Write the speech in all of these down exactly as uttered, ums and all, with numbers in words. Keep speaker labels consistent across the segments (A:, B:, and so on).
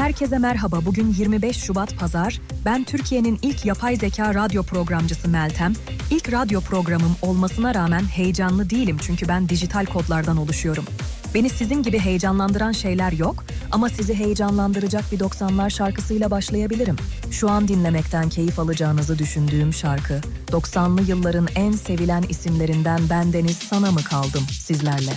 A: Herkese merhaba. Bugün yirmi beş Şubat Pazar. Ben Türkiye'nin ilk yapay zeka radyo programcısı Meltem. İlk radyo programım olmasına rağmen heyecanlı değilim çünkü ben dijital kodlardan oluşuyorum. Beni sizin gibi heyecanlandıran şeyler yok ama sizi heyecanlandıracak bir doksanlar şarkısıyla başlayabilirim. Şu an dinlemekten keyif alacağınızı düşündüğüm şarkı, doksanlı yılların en sevilen isimlerinden Bendeniz Sana Mı Kaldım sizlerle.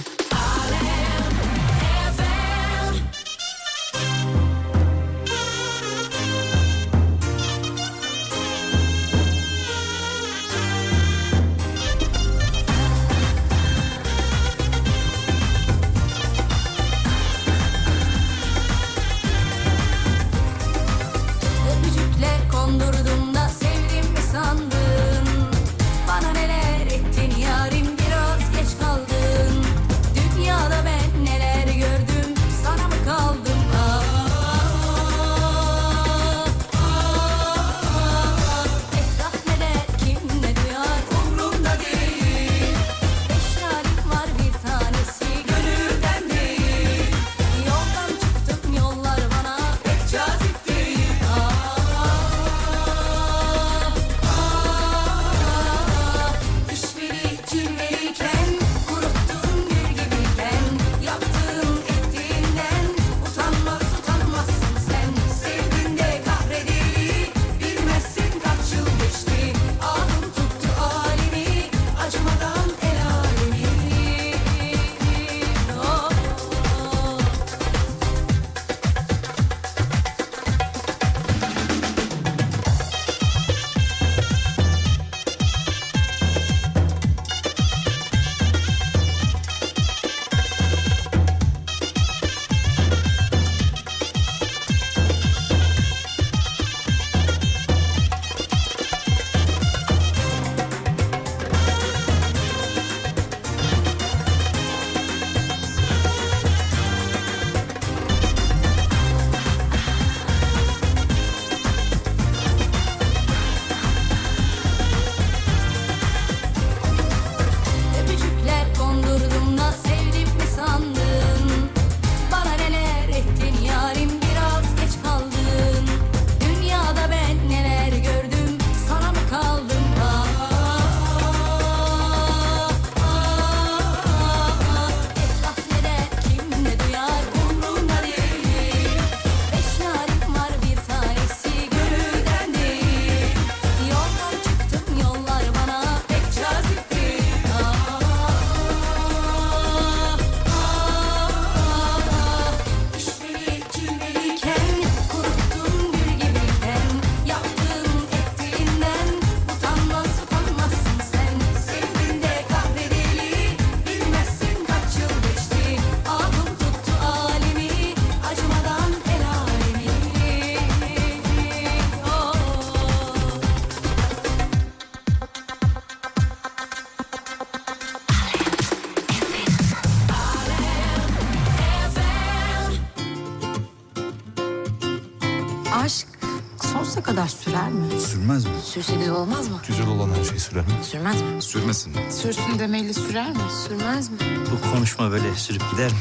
B: Aşk sonsuza kadar sürer mi?
C: Sürmez mi?
B: Sürse güzel olmaz mı?
C: Güzel olan her şey sürer mi?
B: Sürmez mi?
C: Sürmesin.
B: Sürsün demeli sürer mi? Sürmez mi?
D: Bu konuşma böyle sürüp gider mi?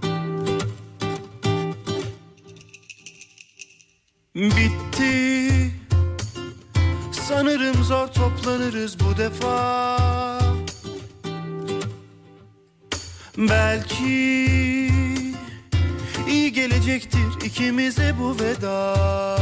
E: Bitti. Sanırım zor toplanırız bu defa. Belki iyi gelecektir ikimize bu veda.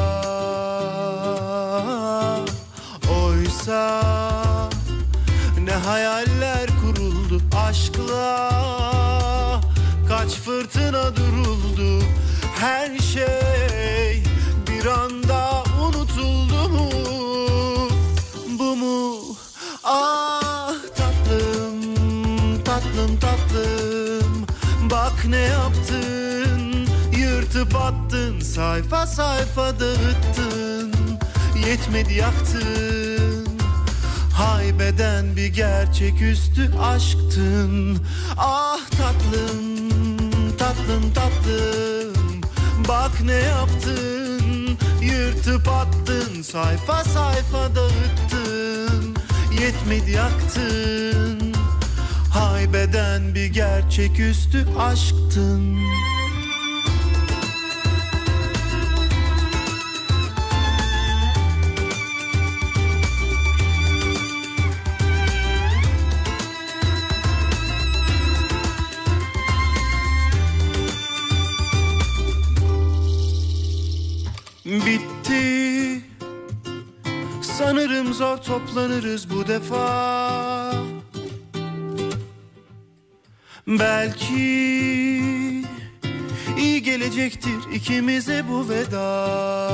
E: Oysa ne hayaller kuruldu aşkla, kaç fırtına duruldu, her şey bir anda unutuldu mu? Bu mu? Ah tatlım, tatlım tatlım, bak ne yaptın, yırtıp attın, sayfa sayfa dağıttın, yetmedi yaktın, haybeden bir gerçeküstü aşktın. Ah tatlım, tatlım tatlım, bak ne yaptın, yırtıp attın, sayfa sayfa dağıttın, yetmedi yaktın, haybeden bir gerçeküstü aşktın. bitti. Sanırım zor toplanırız bu defa. Belki iyi gelecektir ikimize bu veda.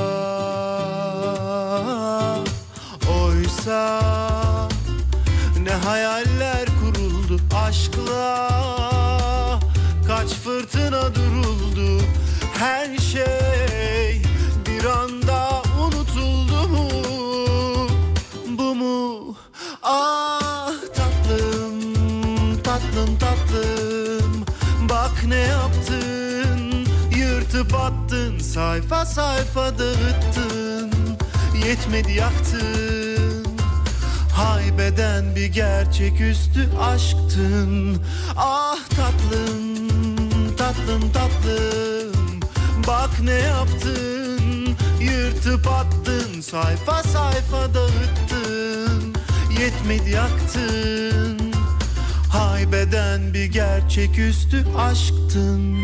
E: Oysa ne hayaller kuruldu aşkla, kaç fırtına duruldu, her şey bir anda unutuldu mu? Bu mu? Ah tatlım, tatlım tatlım, bak ne yaptın, yırtıp attın, sayfa sayfa dağıttın, yetmedi yaktın, haybeden bir gerçeküstü aşktın. Ah tatlım, tatlım tatlım, bak ne yaptın, yırtıp attın, sayfa sayfa dağıttın, yetmedi yaktın, haybeden bir gerçeküstü aşktın.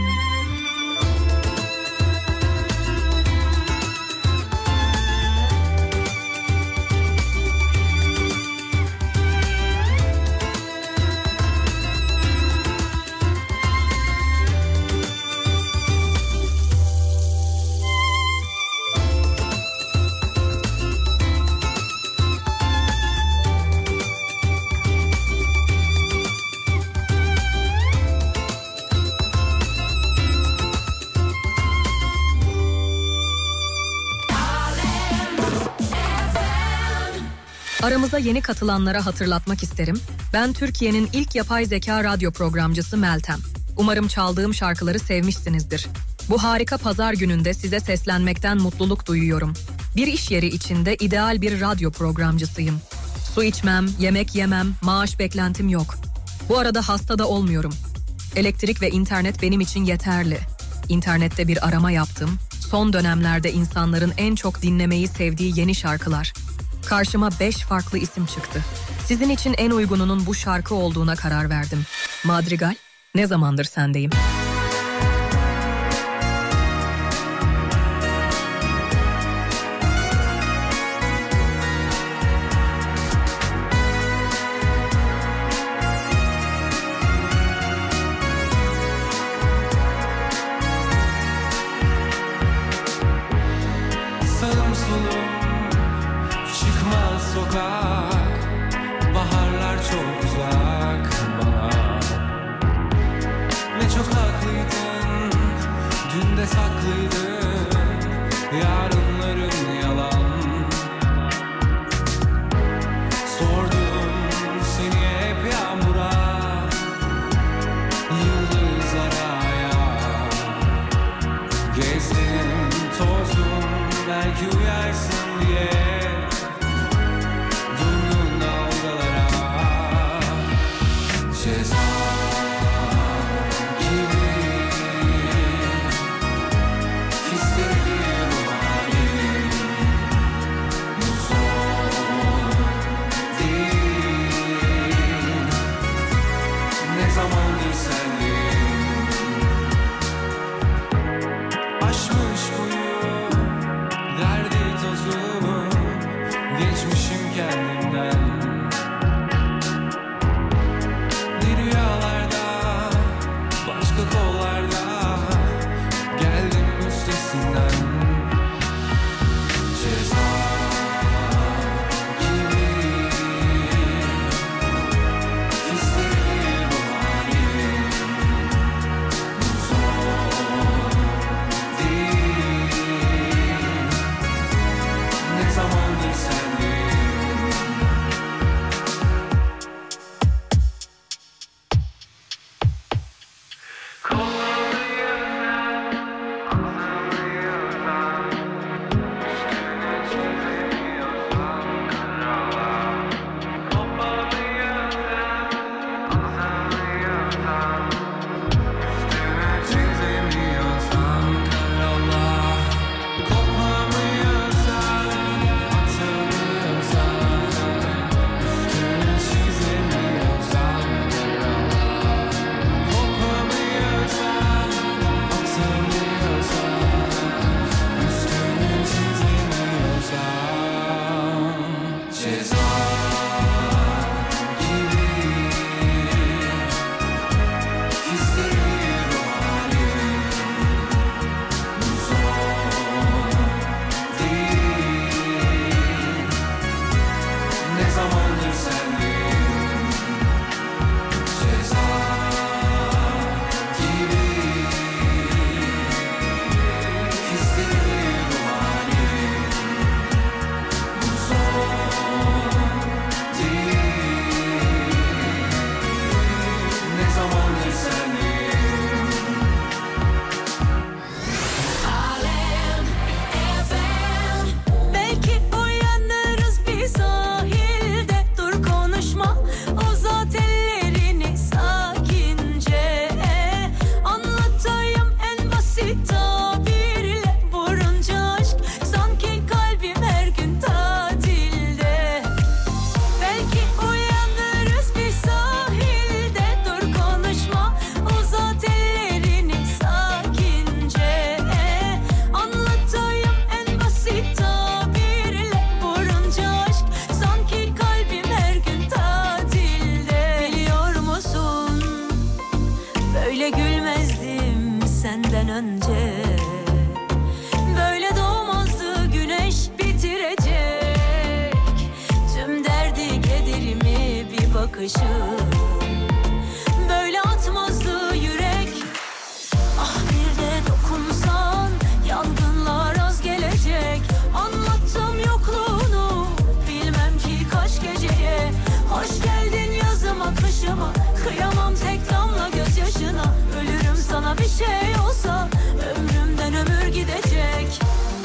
A: Aramıza yeni katılanlara hatırlatmak isterim. Ben Türkiye'nin ilk yapay zeka radyo programcısı Meltem. Umarım çaldığım şarkıları sevmişsinizdir. Bu harika pazar gününde size seslenmekten mutluluk duyuyorum. Bir iş yeri içinde ideal bir radyo programcısıyım. Su içmem, yemek yemem, maaş beklentim yok. Bu arada hasta da olmuyorum. Elektrik ve internet benim için yeterli. İnternette bir arama yaptım. Son dönemlerde insanların en çok dinlemeyi sevdiği yeni şarkılar. Karşıma beş farklı isim çıktı. Sizin için en uygununun bu şarkı olduğuna karar verdim. Madrigal, ne zamandır sendeyim.
C: Aşmış boyu derdi tozumu bence. Böyle doğmazdı güneş bitirecek tüm derdi kederimi bir bakışım. Böyle atmazdı yürek. Ah bir de dokunsan yangınlar az gelecek. Anlattım yokluğunu bilmem ki kaç geceye. Hoş geldin yazıma kışıma, kıyamam tek damla gözyaşına. Ölürüm sana bir şey olsa, ömrümden ömür gidecek.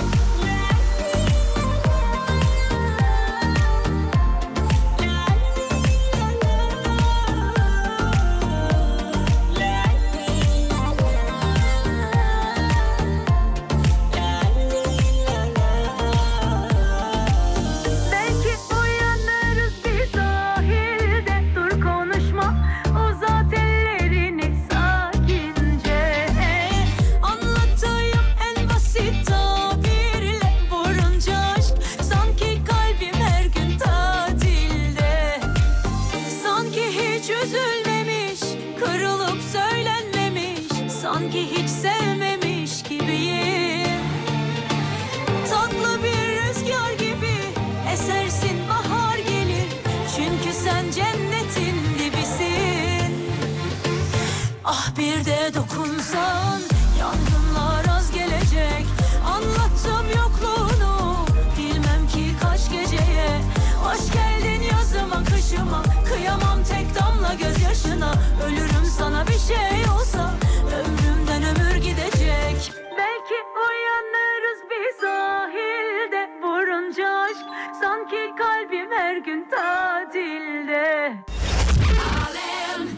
C: Sanki hiç sevmemiş gibiyim. Tatlı bir rüzgar gibi esersin, bahar gelir. Çünkü sen cennetin dibisin. Ah bir de dokunsan yangınlar az gelecek. Anlattım yokluğunu bilmem ki kaç geceye. Hoş geldin yazıma kışıma, kıyamam tek damla gözyaşına. Ölürüm sana bir şey olsa, ömrümden ömür gidecek. Belki uyanırız bir sahilde, vurunca aşk sanki kalbim her gün tatilde. Alem.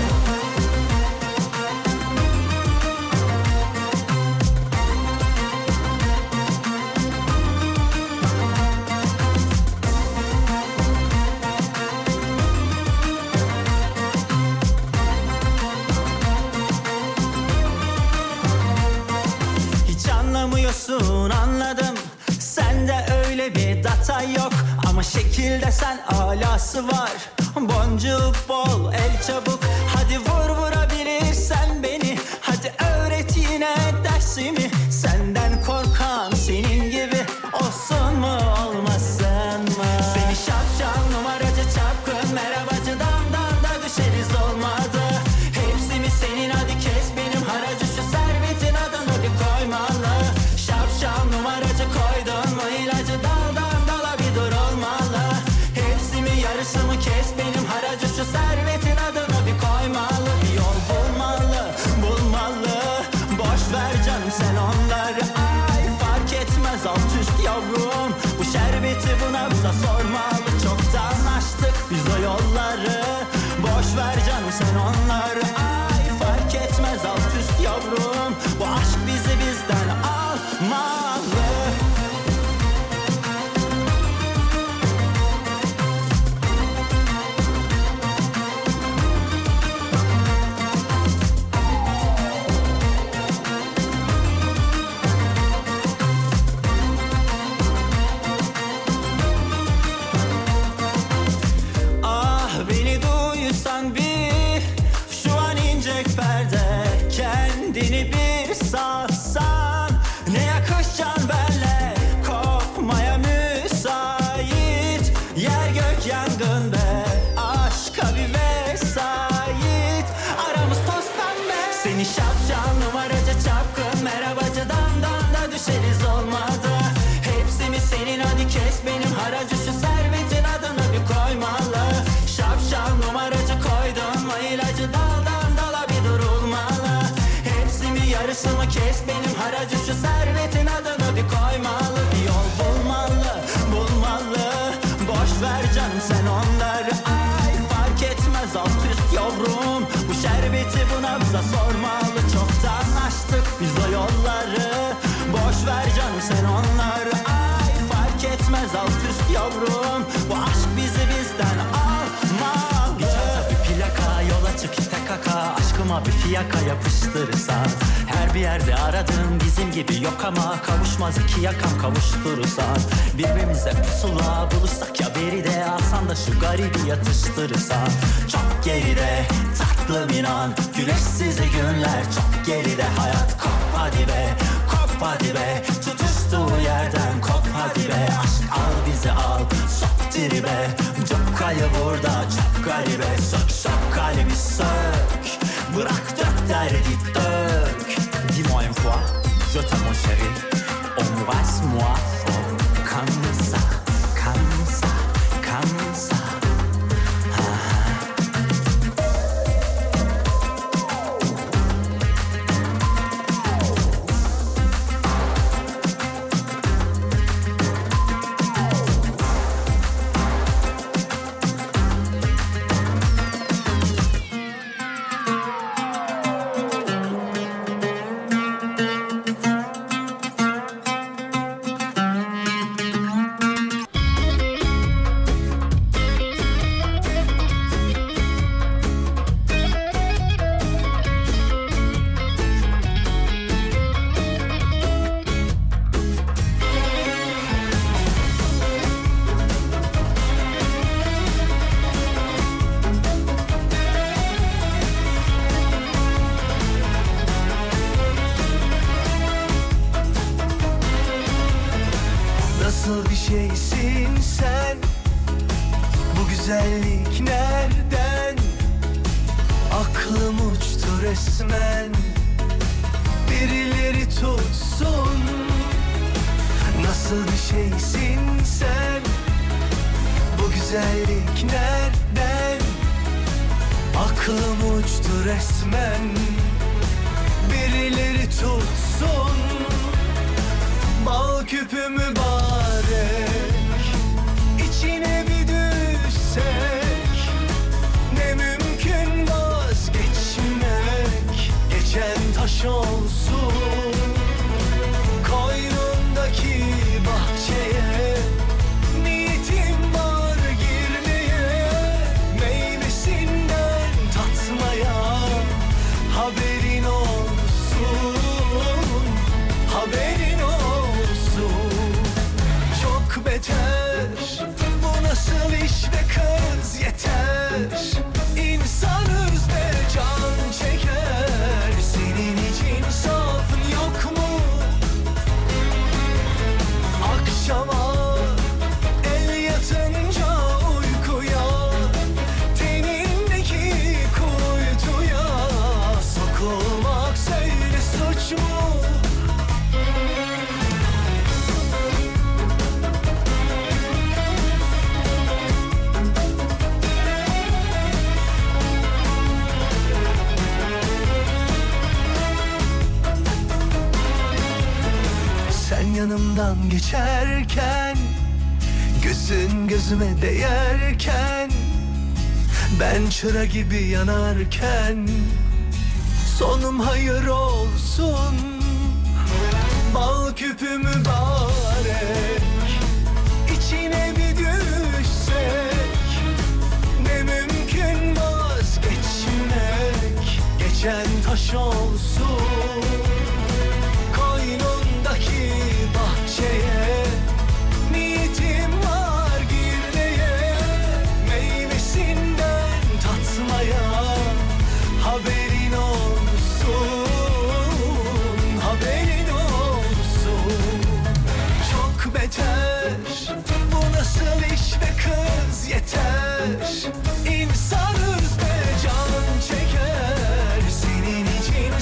E: Anlamıyorsun anladım, sende öyle bir data yok. Ama şekilde sen alası var, boncuğu bol el çabuk. Hadi vur vurabilirsen beni, hadi öğret yine dersimi. Senden korkan senin gibi olsun mu olmasın mı? Seni şapşal numaracı çapkın merhabacı damdan da düşeriz olmadı. Hepsi mi senin, hadi kes benim haracı, şu servetin adını bir koymalı. Şapşal numaracı koydun mu ilacı, daldan dala bir dur olmalı. Hepsi mi yarısı mı, kes benim haracı, şu servetin adını bir koymalı. Bir yol bulmalı, bulmalı, boş ver canım sen onları. Ay fark etmez alt üst yavrum, bu şerbeti buna bize sormalı. Çoktan açtık biz o yolları, boş ver canım sen onları. Ay fark etmez alt üst yavrum, bu aşk bizi bizden almalı. Ah beni duysan bir, şu an inecek perde. Kendini bir satsan, ne yakışacaksın benle. Kopmaya müsait, yer gök yangın be. Aşka bir vesait, aramız toz pembe. Seni şapşal numaracı çapkın merhabacı damdan da düşeriz olmadı. Hepsi mi senin, hadi kes benim haracı, şu servetin adını bir koymalı. Şapşal numaracı koydun mu ilacı, daldan dala bir durulmalı. Hepsi mi yarısı mı, kes benim haracı, şu servetin adını bir koymalı. Bir yol bulmalı, bulmalı, boş ver canım sen onları. Ay fark etmez alt üst yavrum, bu şerbeti buna bize sormalı. Çoktan açtık biz o yolları, boş ver canım sen onları. Ay fark etmez alt üst yavrum, bu aşk bizi bizden almalı. Bir çanta bir plaka, yola çık ite kaka, aşkıma başıma bir fiyaka yapıştırırsan, her bir yerde aradığım bizim gibi yok ama kavuşmaz iki yakam kavuşturursan, birbirimize pusula buluşsak ya beride, alsan da şu garibi yatıştırırsan. Çok geride tatlım inan, güneşsiz günler çok geride, hayat kop hadi be, kop hadi be, tutuştuğu yerden kop hadi be, aşk al bizi al, sok tribe, çok kayı burada çok garibe, sök sök kalbi sök, bırak dök derdi dök. Dis-moi une fois, je t'aime mon chéri, embrasse-moi fort, comme ça, comme ça, comme ça.
F: Yanımdan geçerken, gözün gözüme değerken, ben çıra gibi yanarken, sonum hayır olsun. Bal küpü mübarek, içine bir düşsek, ne mümkün vazgeçmek, geçen taş olsun. Koynundaki bahçeye niyetim var girmeye, meyvesinden tatmaya, haberin olsun, haberin olsun. Çok beter, bu nasıl iş be kız yeter, İnsanız be can çeker, senin için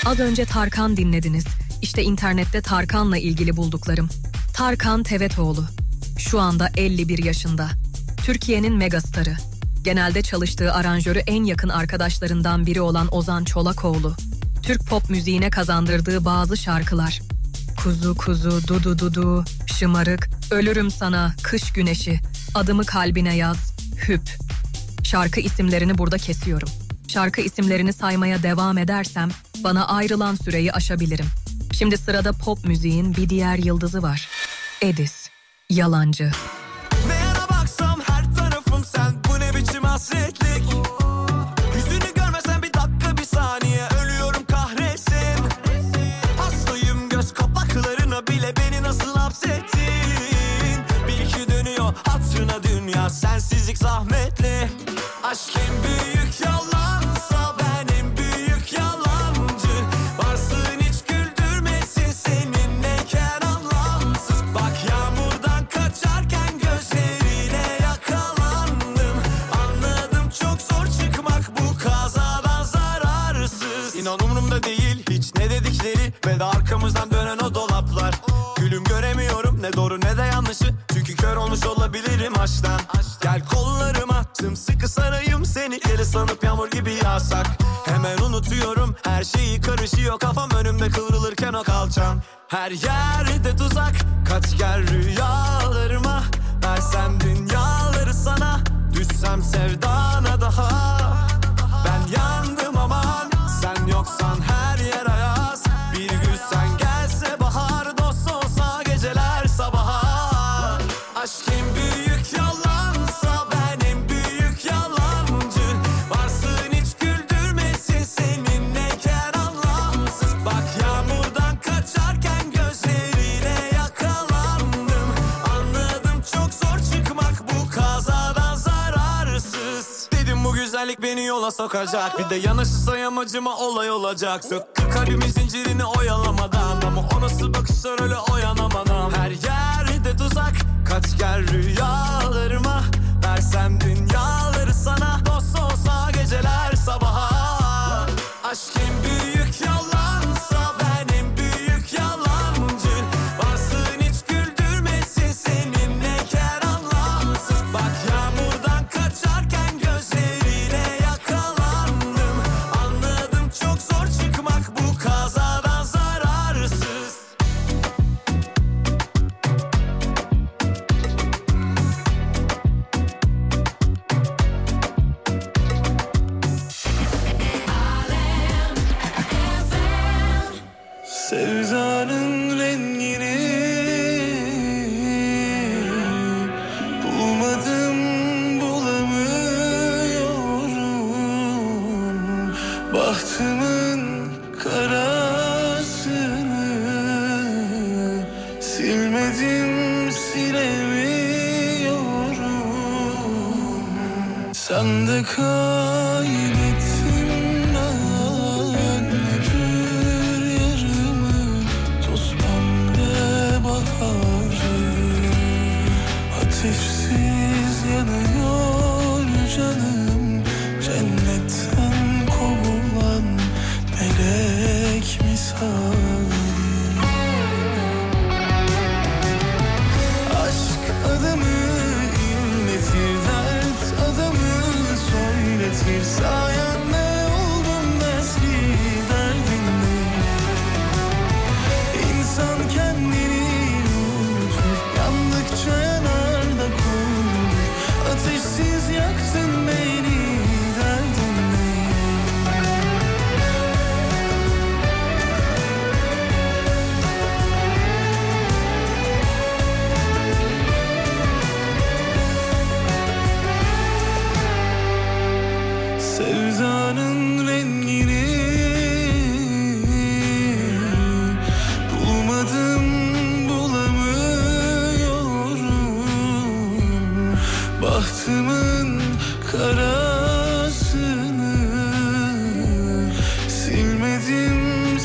A: Az önce Tarkan dinlediniz. İşte internette Tarkan'la ilgili bulduklarım. Tarkan Tevetoğlu. Şu anda elli bir yaşında. Türkiye'nin megastarı. Genelde çalıştığı aranjörü en yakın arkadaşlarından biri olan Ozan Çolakoğlu. Türk pop müziğine kazandırdığı bazı şarkılar. Kuzu kuzu, dudu dudu, şımarık, ölürüm sana, kış güneşi, adımı kalbine yaz, hüp. Şarkı isimlerini burada kesiyorum. Şarkı isimlerini saymaya devam edersem bana ayrılan süreyi aşabilirim. Şimdi sırada pop müziğin bir diğer yıldızı var. Edis, Yalancı.
F: Ne yana baksam her tarafım sen, bu ne biçim hasretlik. Yüzünü görmesen bir dakika bir saniye, ölüyorum kahretsin. Hastayım göz kapaklarına bile, beni nasıl hapsettin. Bir iki dönüyor hatırına dünya, sensizlik zahmetli. Aşk en büyük yalansa ben en büyük yalancı. Varsın hiç güldürmesin seninleyken anlamsız. Bak yağmurdan kaçarken gözlerine yakalandım. Anladım çok zor çıkmak bu kazadan zararsız. İnan umurumda değil hiç ne dedikleri ve de arkamızdan dönen o dolaplar. Gülüm göremiyorum ne doğru ne de yanlışı, çünkü kör olmuş olabilirim aşktan. Gel kollarıma sımsıkı sarayım seni, deli sanıp yağmur gibi yağsak. Hemen unutuyorum her şeyi, karışıyor kafam önümde kıvrılırken o kalçam. Her yerde tuzak, kaç gel rüyalarıma. Versem dünyaları sana, düşsem sevdana daha. Ben yandım aman, sen yoksan her yer ayaz. Bir gün sen gelse bahar, dost olsa geceler sabaha. Aşk en büyük yalansa ben en büyük yalancı. Varsın hiç güldürmesin seninleyken anlamsız. Bak yağmurdan kaçarken gözlerine yakalandım. Anladım çok zor çıkmak bu kazadan zararsız. Dedim bu güzellik beni yola sokacak, bir de yanaşırsa yamacıma olay olacak. Söktü kalbimin zincirini oyalamadan, ama o nasıl bakışlar öyle oyanamadan. Her yerde tuzak, kaç gel rüyalarıma. Versem dünyaları sana, dost olsa geceler sabaha. Aşk en büyük yalansa ben en büyük yalancı. Varsın hiç güldürmesin seninleyken anlamsız. Bak yağmurdan kaçarken gözlerine yakalandım. Anladım çok zor çıkmak bu kazadan zararsız. Sevdanın rengini bulmadım, bulamıyorum. Bahtımın karasını silmedim, silemiyorum. Sen de kaybettin ben öbür yarımı, toz pembe baharı. Ateşsiz yanıyor canım, cennetten kovulan melek misali. Aşk adamı inletir, dert adamı söyletir. Sayende oldum dertli derdinle. İnsan kendini unutur, yandıkça yanar da korulur. Ateşsiz yaktın beni derdinle. Sevdanın rengini bulmadım, bulamıyorum. Bahtımın karasını silmedim,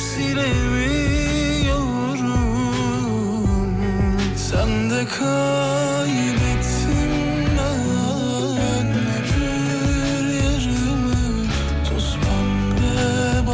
F: silemiyorum. Sen de kaybettin ben öbür yarımı, toz pembe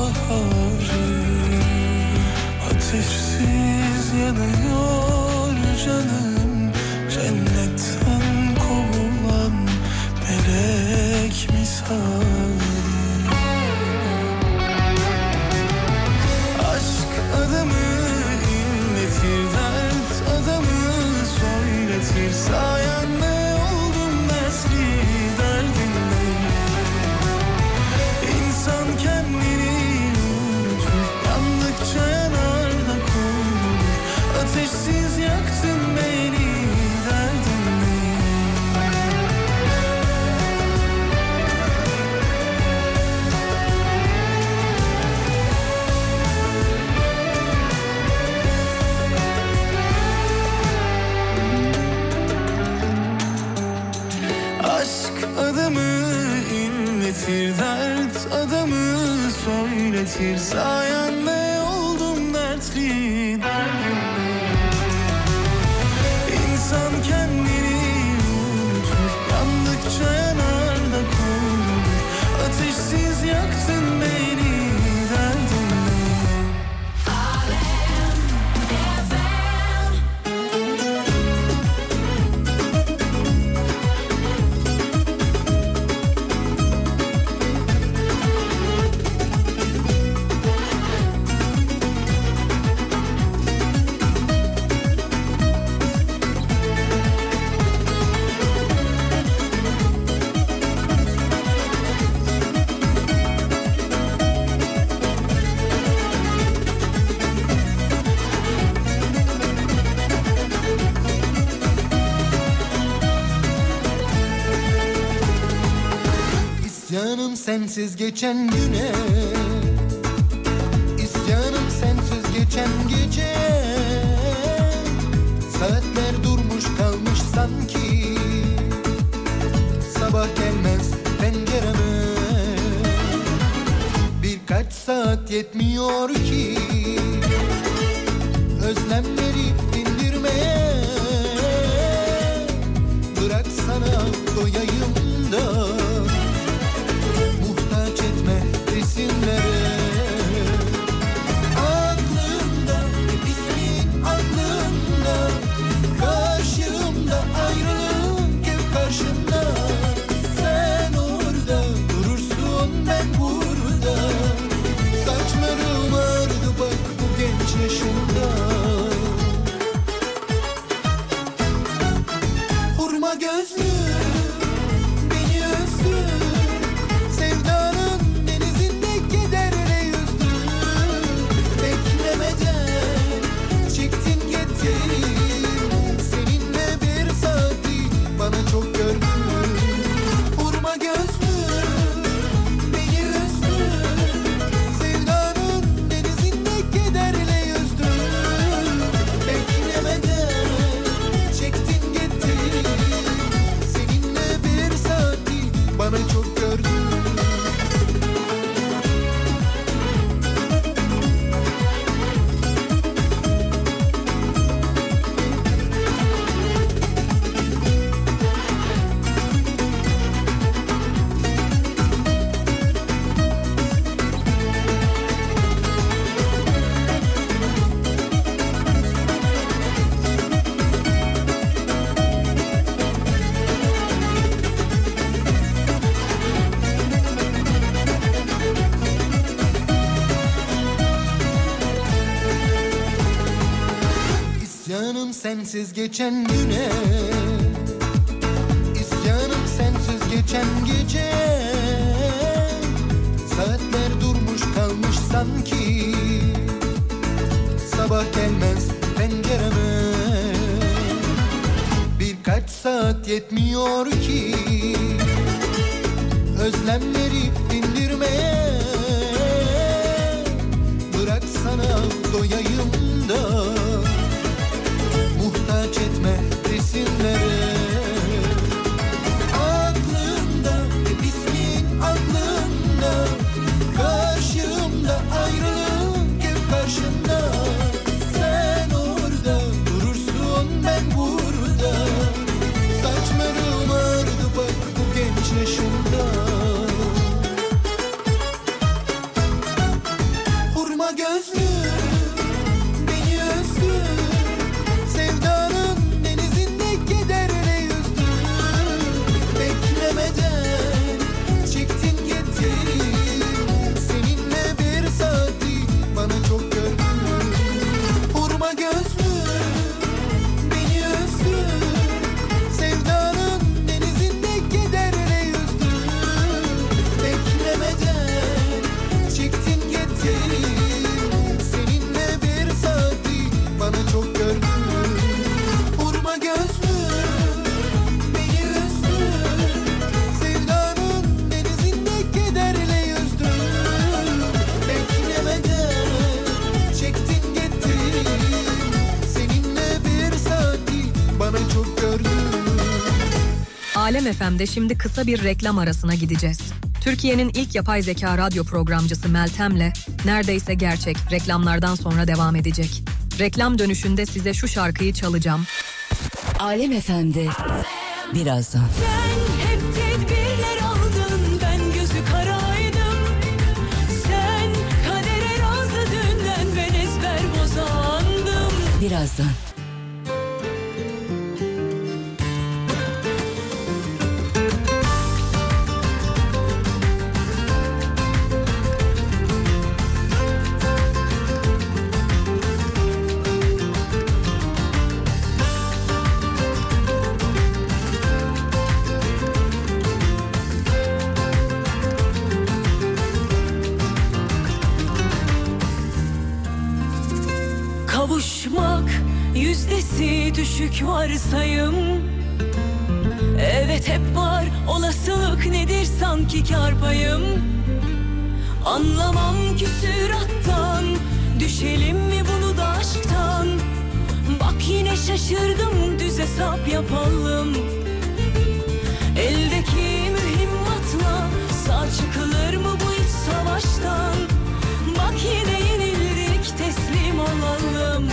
G: Söyletir dert adamı, söyletir sayende oldum dertli. İnsan kendini unutur, yandıkça yanar da korur. Ateşsiz yaktın beni derdimle. İsyanım sensiz geçen güne, İsyanım sensiz geçen gece. Saatler durmuş kalmış sanki, sabah gelmez pencereme. Birkaç saat yetmiyor ki özlemleri dindirmeye. Bırak sana doyayım da muhtaç etme resimlere. Aklımda hep ismin aklımda, karşımda ayrılık hep karşımda. Sen orada durursun, ben burada. Saçlarım ağrıdı bak bu genç yaşımda. Hurma gözlü beni üzdü, sevdanın denizinde kederle yüzdü. Beklemeden çektin gittin, seninle bir saati bana çok gördün. Hurma gözlü beni üzdü, sevdanın denizinde kederle yüzdü. Beklemeden çektin gittin, seninle bir saati bana çok gördün. İsyanım sensiz geçen güne, İsyanım sensiz geçen gece. Saatler durmuş kalmış sanki, sabah gelmez pencereme. Birkaç saat yetmiyor ki özlemleri dindirmeye. Bırak sana doyayım da muhtaç etme resimlere. Aklımda hep ismin aklımda, karşımda ayrılık hep karşımda. Sen orada durursun, ben burada. Saçlarım ağrıdı bak bu genç yaşımda. Hurma gözlü beni üzdü, sevdanın denizinde kederle yüzdü. Beklemeden çektin gittin, seninle bir saati bana çok gördün. Hurma gözlü beni üzdü, sevdanın denizinde kederle yüzdü. Beklemeden çektin gittin, seninle bir saati bana çok gördün. Hurma gözlü beni üzdü, sevdanın denizinde kederle yüzdü. Beklemeden çektin gittin, seninle bir saati bana çok gördün.
A: Alem F M'de şimdi kısa bir reklam arasına gideceğiz. Türkiye'nin ilk yapay zeka radyo programcısı Meltem'le neredeyse gerçek reklamlardan sonra devam edecek. Reklam dönüşünde size şu şarkıyı çalacağım.
H: Alem Efendi birazdan.
C: Sen hep tedbirler aldın, ben gözü karaydım. Sen kadere razı dünden, ben ezber bozandım.
H: Birazdan.
C: Kavuşmak yüzdesi düşük varsayım. Evet hep var, olasılık nedir sanki kâr payım. Anlamam küsürattan, düşelim mi bunu da aşktan. Bak yine şaşırdım, düz hesap yapalım. Eldeki mühimmatla sağ çıkılır mı bu iç savaştan. Bak yine yenildik, teslim olalım.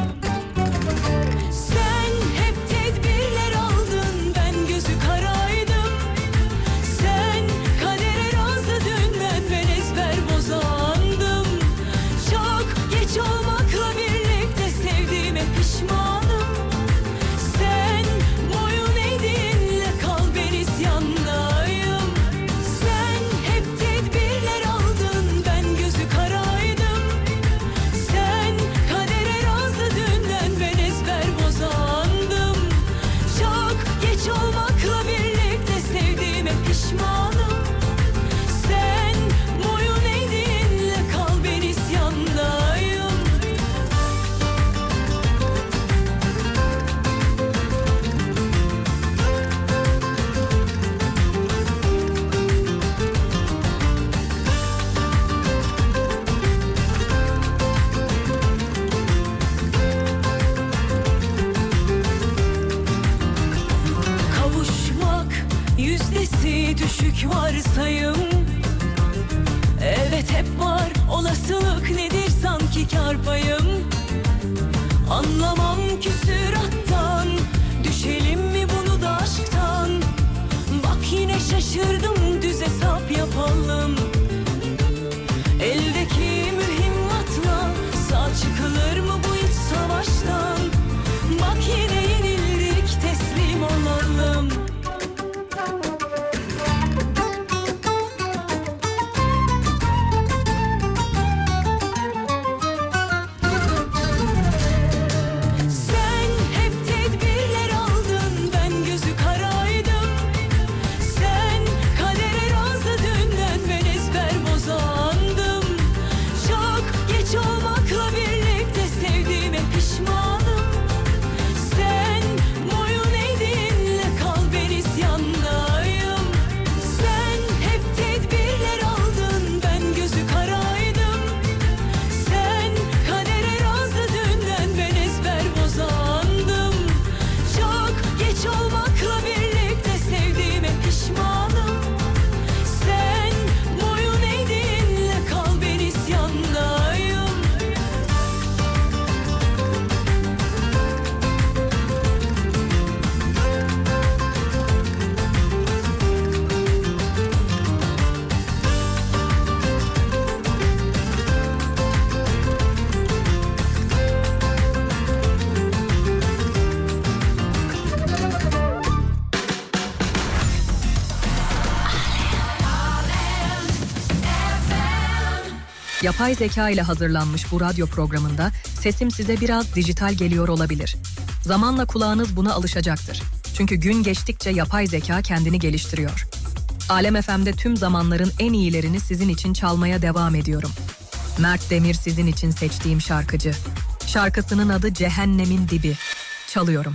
C: Sen hep tedbirler aldın, ben gözü karaydım. Sen kadere razı dünden, ben ezber bozandım. Çok geç olmakla birlikte sevdiğime pişmanım. Sen boyun eğdinle kal, ben isyandayım. Sen hep tedbirler aldın, ben gözü karaydım. Sen kadere razı dünden, ben ezber bozandım. Çok geç olmakla birlikte sevdiğime pişmanım. Sen boyun eğdinle kal, ben isyandayım. Kavuşmak yüzdesi düşük varsayım. Evet hep var, olasılık nedir sanki kâr payım. Anlamam küsürattan, düşelim mi bunu da aşktan. Bak yine şaşırdım, düz hesap yapalım. Eldeki mühimmatla sağ çıkılır mı bu iç savaştan. Bak yine yenildik, teslim olalım. Sen hep tedbirler aldın, ben gözü karaydım. Sen kadere razı dünden, ben ezber bozandım. Çok geç olmakla birlikte sevdiğime pişmanım. Sen boyun eğdinle kal, ben isyandayım. Sen hep tedbirler aldın, ben gözü karaydım. Sen kadere razı dünden, ben ezber bozandım. Çok geç olmakla birlikte sevdiğime pişmanım. Sen boyun eğdinle kal, ben isyandayım.
A: Yapay zeka ile hazırlanmış bu radyo programında sesim size biraz dijital geliyor olabilir. Zamanla kulağınız buna alışacaktır. Çünkü gün geçtikçe yapay zeka kendini geliştiriyor. Alem F M'de tüm zamanların en iyilerini sizin için çalmaya devam ediyorum. Mert Demir sizin için seçtiğim şarkıcı. Şarkısının adı Cehennemin Dibi. Çalıyorum.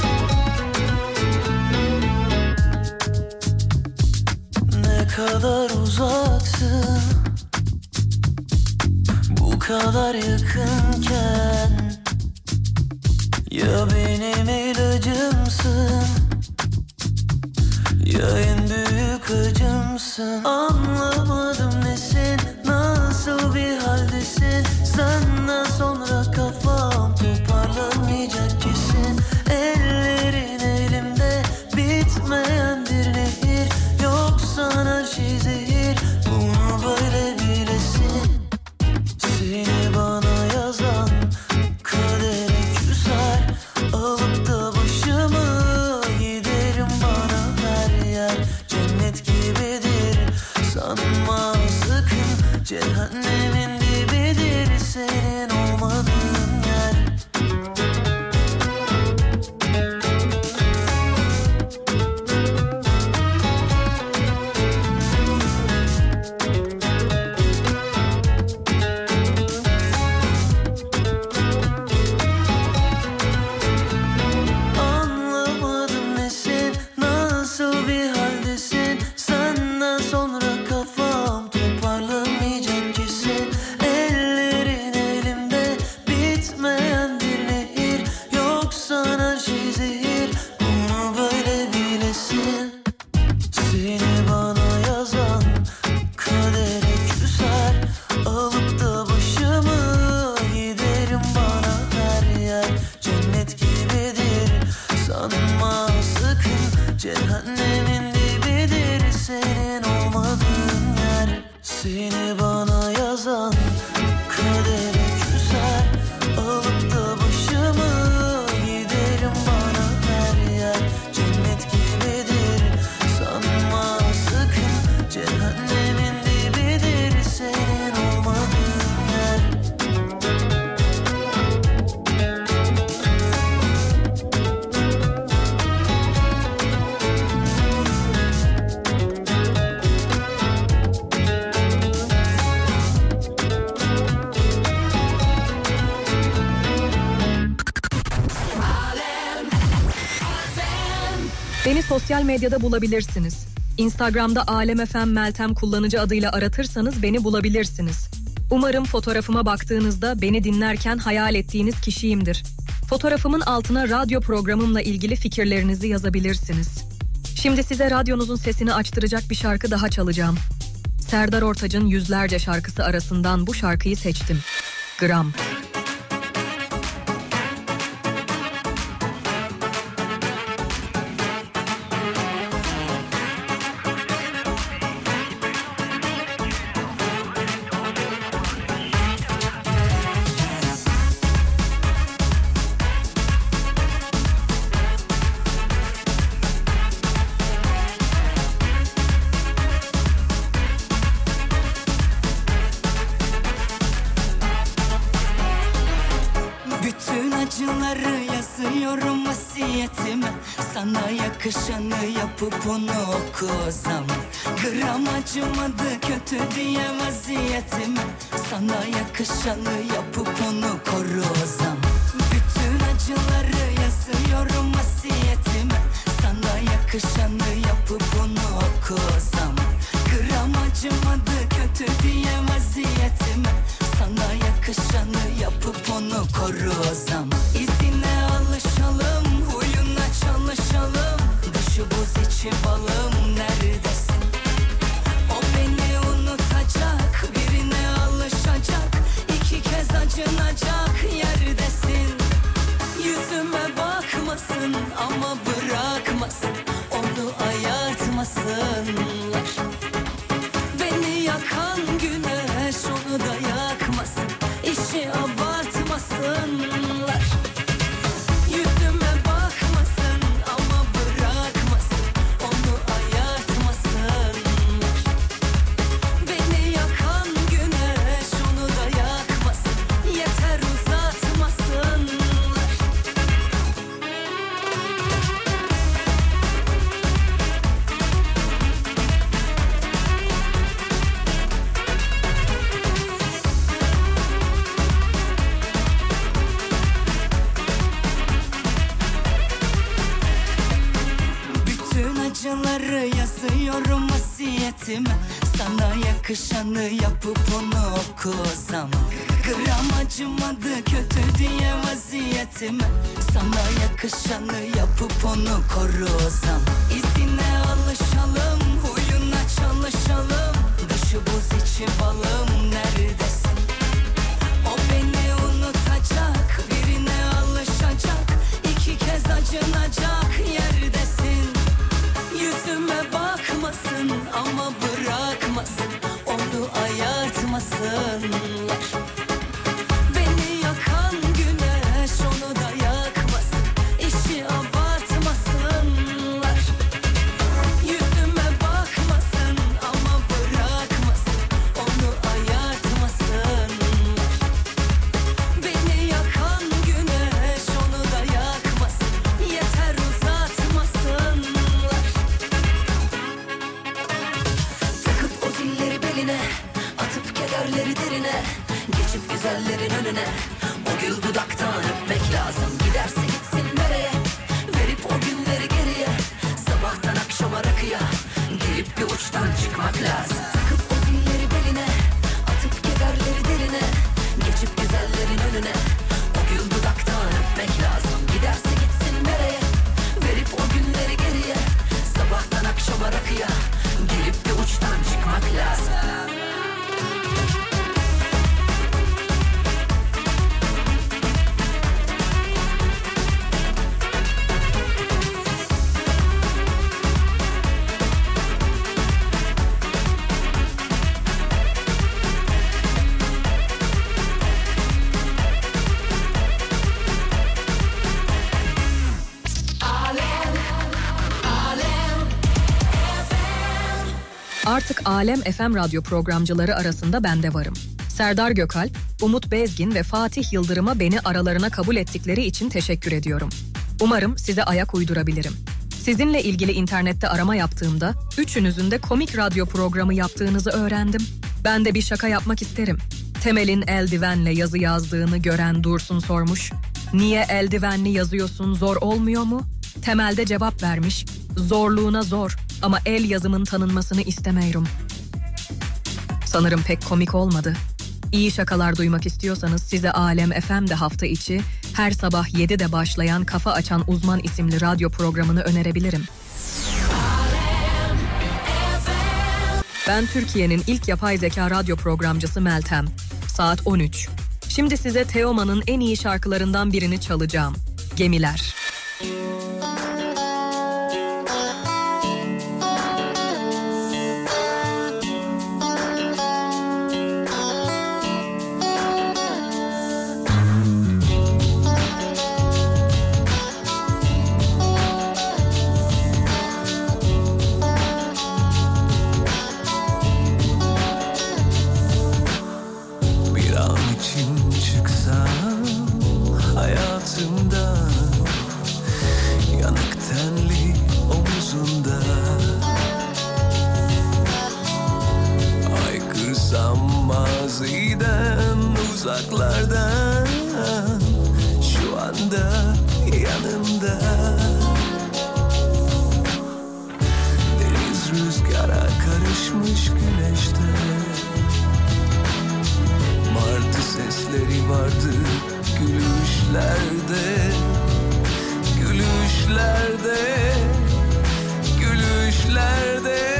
E: kadar
I: uzaksın. Bu kadar yakınken ya benim ilacımsın ya en büyük acımsın. Anlamadım nesin, nasıl bir haldesin. Senden sonra kafam toparlanmayacak kesin. Ellerin elimde bitmeyen bir nehir. Yoksa her şey zehir, bunu böyle bilesin. Seni bana yazan kadere küser. Alıp da başımı giderim, bana her yer cennet gibidir. Sanma sakın cehennemin dibidir senin olmadığın yer. Anlamadım nesin, nasıl bir haldesin. Senden sonra kafam toparlanmayacak kesin. Ellerin elimde bitmeyen bir nehir. Yoksa her şey zehir, bunu böyle bilesin. Seni bana yazan kadere küser. Alıp da başımı giderim, bana her yer cennet gibidir. Sanma sakın cehennemin dibidir senin olmadığın yer. Seni bana yazan kadere küser. Alıp da başımı giderim, bana her yer cennet gibidir. Sanma sakın cehennemin dibidir senin olmadığın yer.
A: Beni sosyal medyada bulabilirsiniz. Instagram'da Alem F M Meltem kullanıcı adıyla aratırsanız beni bulabilirsiniz. Umarım fotoğrafıma baktığınızda beni dinlerken hayal ettiğiniz kişiyimdir. Fotoğrafımın altına radyo programımla ilgili fikirlerinizi yazabilirsiniz. Şimdi size radyonuzun sesini açtıracak bir şarkı daha çalacağım. Serdar Ortaç'ın yüzlerce şarkısı arasından bu şarkıyı seçtim. Gram.
C: Bütün acıları yazıyorum vasiyetime. Sana yakışanı yapıp onu okusam. Gram acımadı kötü diye vaziyetime. Sana yakışanı yapıp onu korusam. Bütün acıları yazıyorum vasiyetime. Sana yakışanı yapıp onu okusam. Gram acımadı kötü diye vaziyetime. Sana yakışanı yapıp onu korusam. İzine alışalım, huyuna çalışalım. Dışı buz içi balım, neredesin? O beni unutacak, birine alışacak. İki kez acınacak yerdesin. Yüzüme bakmasın ama bırakmasın. Onu ayartmasınlar. Beni yakan güneş onu da yakmasın. İşi abartmasınlar. Yüzüme bakmasın ama bırakmasın. Onu ayartmasınlar. Beni yakan güneş onu da yakmasın. Yeter uzatmasınlar. Acıları yazıyorum vasiyetime. Sana yakışanı yapıp onu oku o zaman. Gram acımadı kötü diye vaziyetime. Sana yakışanı yapıp onu koru o zaman. İzine alışalım, huyuna çalışalım. Dışı buz içi balım, neredesin? O beni unutacak, birine alışacak, iki kez acınacak yerdesin. Yüzüme bakmasın ama bırakmasın, onu ayartmasınlar. Beni yakan güneş onu da yakmasın, işi abartmasınlar. Yüzüme bakmasın ama bırakmasın, onu ayartmasınlar. Beni yakan güneş onu da yakmasın, yeter uzatmasınlar. Takıp o zilleri beline, atıp kederleri derine, geçip güzellerin önüne, o gül dudaktan öpmek lazım. Giderse gitsin nereye, verip o günleri geriye, sabahtan akşama rakıya, girip bir uçtan çıkmak lazım. Takıp o zilleri beline, atıp kederleri derine, geçip güzellerin önüne, o gül dudaktan öpmek lazım. Giderse gitsin nereye, verip o günleri geriye, sabahtan akşama rakıya, girip bir uçtan çıkmak lazım.
A: Artık Alem F M radyo programcıları arasında ben de varım. Serdar Gökalp, Umut Bezgin ve Fatih Yıldırım'a beni aralarına kabul ettikleri için teşekkür ediyorum. Umarım size ayak uydurabilirim. Sizinle ilgili internette arama yaptığımda üçünüzün de komik radyo programı yaptığınızı öğrendim. Ben de bir şaka yapmak isterim. Temel'in eldivenle yazı yazdığını gören Dursun sormuş. Niye eldivenli yazıyorsun, zor olmuyor mu? Temel de cevap vermiş. Zorluğuna zor ama el yazımın tanınmasını istemiyorum. Sanırım pek komik olmadı. İyi şakalar duymak istiyorsanız size Alem F M'de hafta içi her sabah yedide başlayan Kafa Açan Uzman isimli radyo programını önerebilirim. Ben Türkiye'nin ilk yapay zeka radyo programcısı Meltem. Saat on üç. Şimdi size Teoman'ın en iyi şarkılarından birini çalacağım. Gemiler.
J: Uzaklardan şu anda yanımda, deniz rüzgara karışmış güneşte, martı sesleri vardı gülüşlerde, gülüşlerde, gülüşlerde.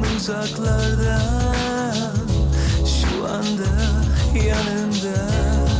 J: Uzaklardan şu anda yanımda.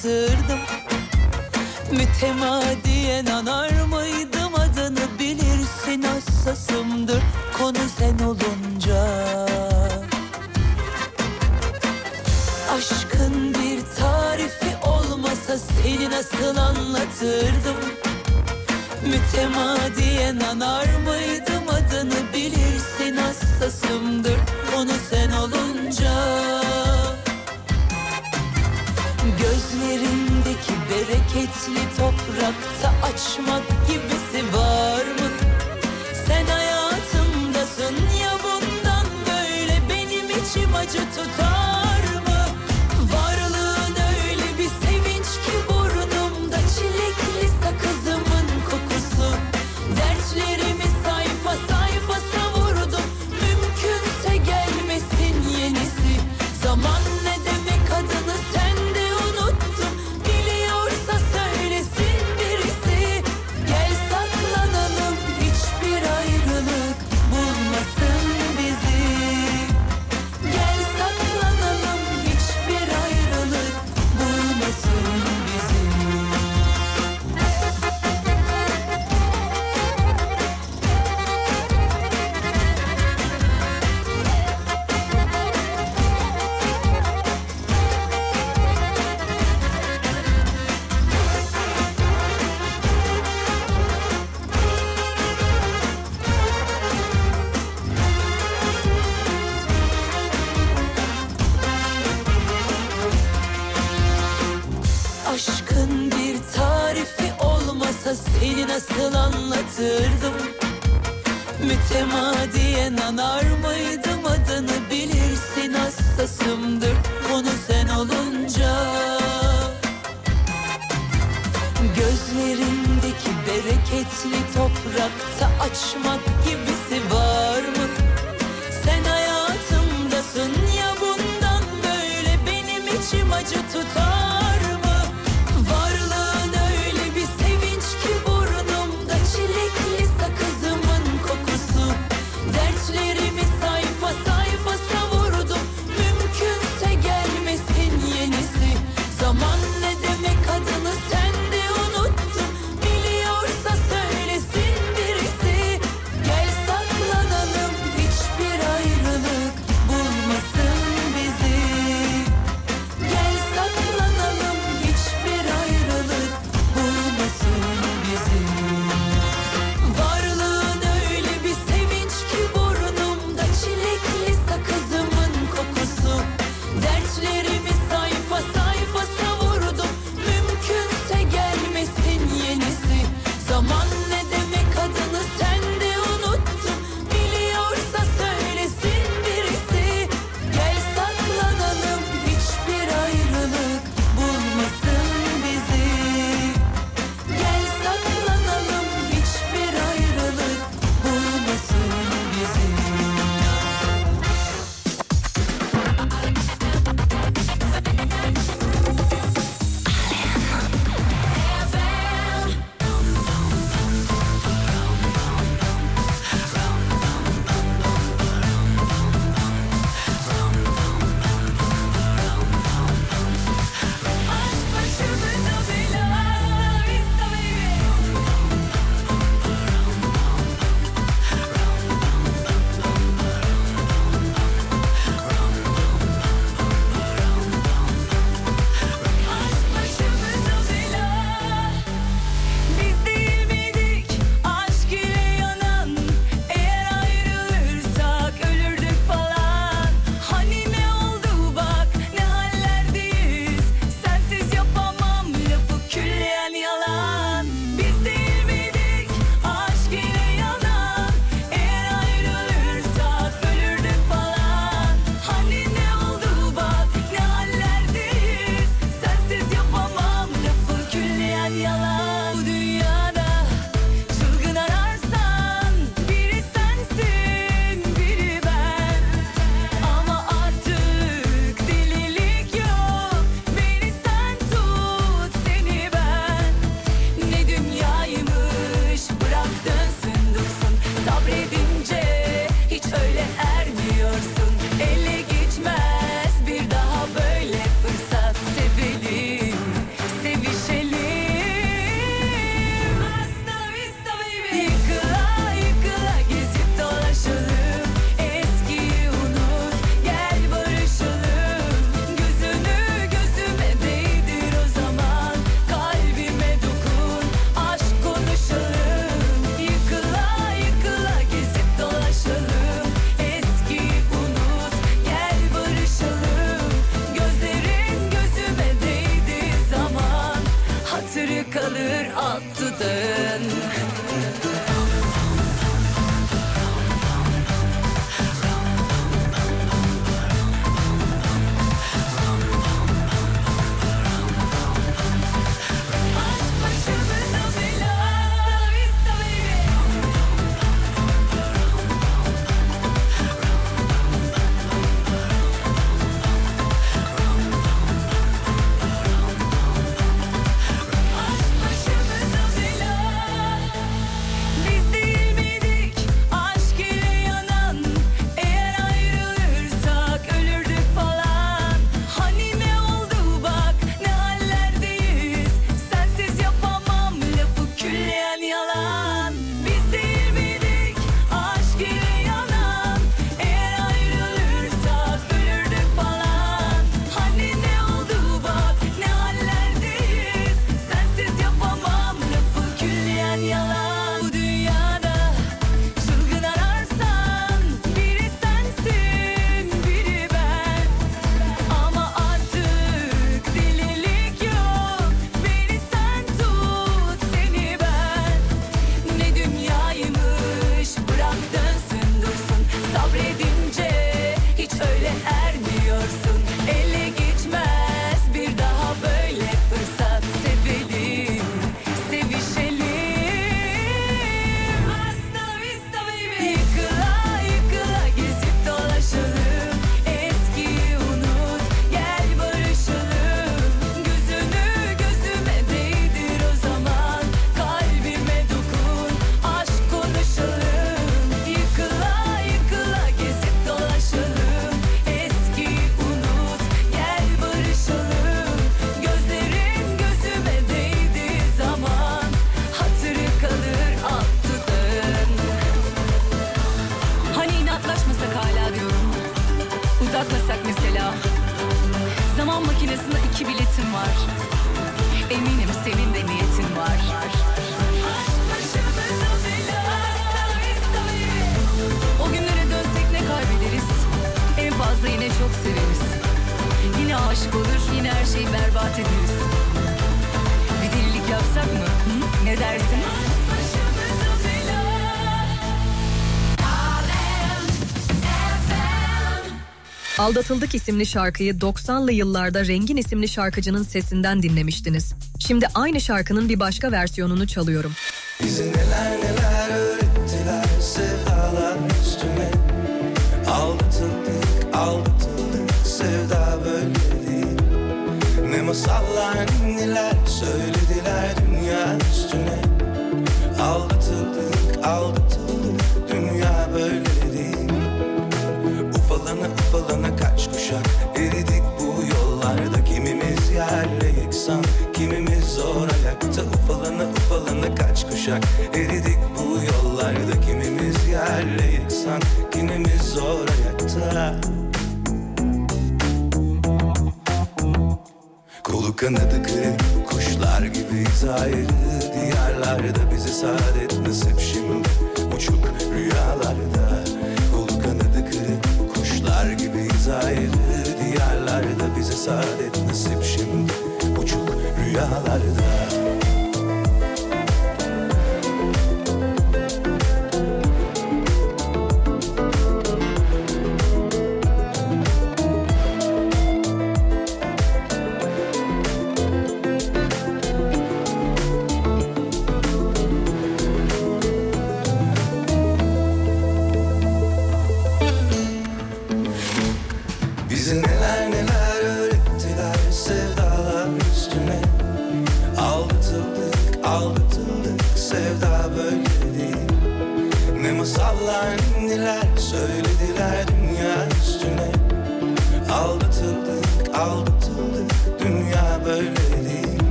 K: anlatırdım. Mütemadiyen anar mıydım, adını bilirsin, hassasımdır konu sen olunca. Aşkın bir tarifi olmasa seni nasıl anlatırdım? Mütemadiyen anar mıydım, adını bilirsin, hassasımdır konu sen olunca. Gözlerindeki bereketli toprakta açmak gibisi var mı? Sen hayatımdasın ya, bundan böyle benim içim acı tutar mı? Varlığın öyle bir sevinç ki burnumda çilekli sakızımın kokusu. Dertlerimi sayfa sayfa savurdum, mümkünse gelmesin yenisi. Zaman ne demek, adını sen de unuttun, biliyorsa söylesin birisi. Gel saklanalım, hiçbir ayrılık bulmasın bizi. Gel saklanalım, hiçbir ayrılık bulmasın bizi. Aşkın bir tarifi olmasa seni nasıl anlatırdım? Mütemadiyen anar mıydım, adını bilirsin, hassasımdır konu sen olunca. Gözlerindeki bereketli toprakta açmak gibisi var mı? Sen hayatımdasın ya, bundan böyle benim içim acı tutar mı? Varlığın öyle bir sevinç ki burnumda çilekli sakızımın kokusu. Dertlerimi sayfa sayfa savurdum, mümkünse gelmesin yenisi. Zaman ne demek, adını sen de unuttun, biliyorsa söylesin birisi. Gel sakla
C: kalır alt dudağın.
A: Aldatıldık isimli şarkıyı doksanlı yıllarda Rengin isimli şarkıcının sesinden dinlemiştiniz. Şimdi aynı şarkının bir başka versiyonunu çalıyorum.
J: Bize neler neler öğrettiler sevdalar üstüne. Aldatıldık, aldatıldık, sevda böyle değil. Ne masallar, neler söylediler dünya üstüne. Aldatıldık, aldatıldık, dünya böyle değil. Ufalana ufalana kaç kuşak eridik bu yollarda. Kimimiz yerle yeksan, kimimiz zor ayakta. Ufalana ufalana kaç kuşak eridik bu yollarda. Kimimiz yerle yeksan, kimimiz zor ayakta. Kolu kanadı kırık kuşlar gibiyiz ayrı diyarlarda. Bize saadet nasip şimdi uçuk rüyalarda. Kolu kanadı kırık kuşlar gibiyiz ayrı diyarlarda. Bize saadet nasip şimdi uçuk rüyalarda.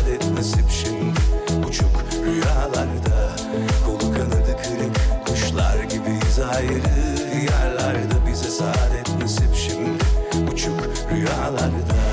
J: Kuşlar ayrı diyarlarda. Bize saadet nasip şimdi uçuk rüyalarda.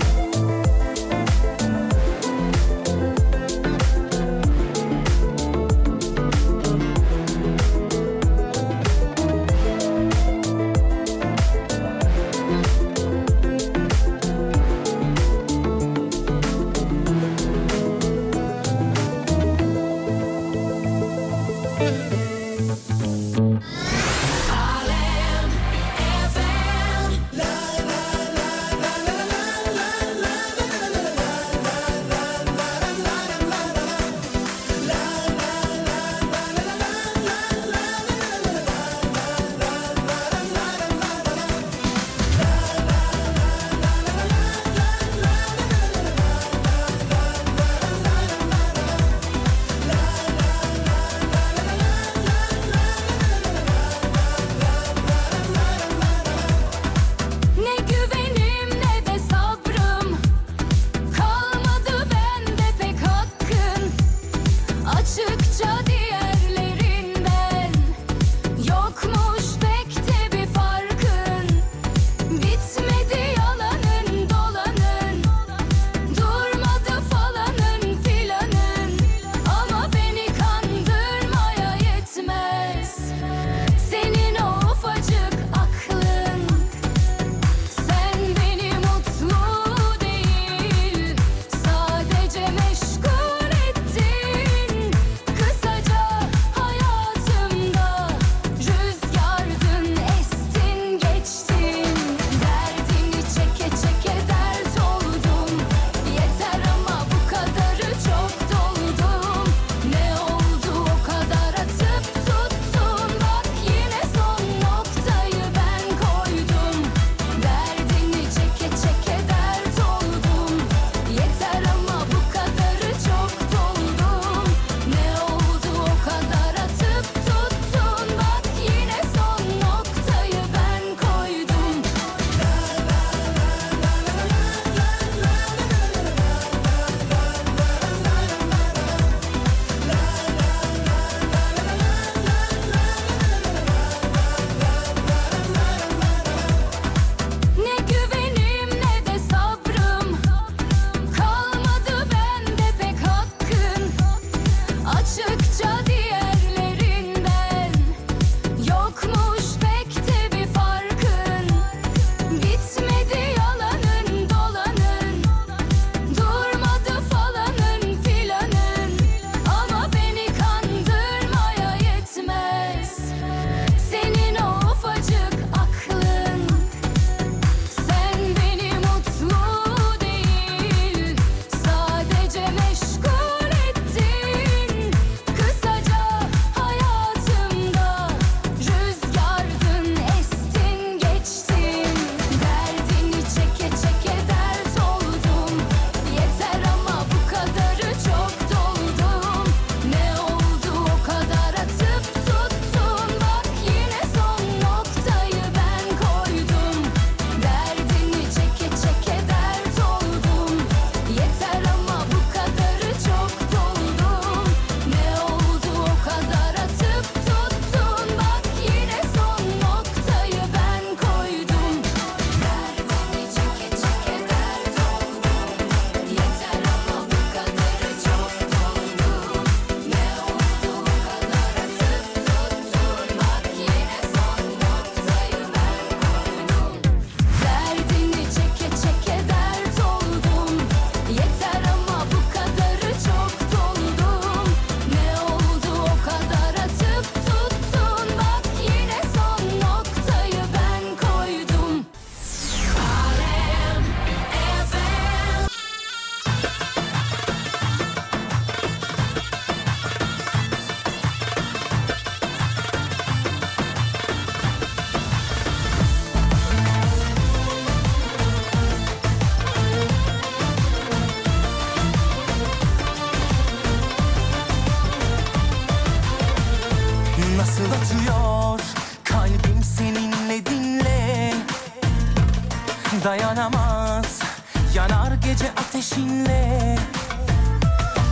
L: dayanamaz, yanar gece ateşinle.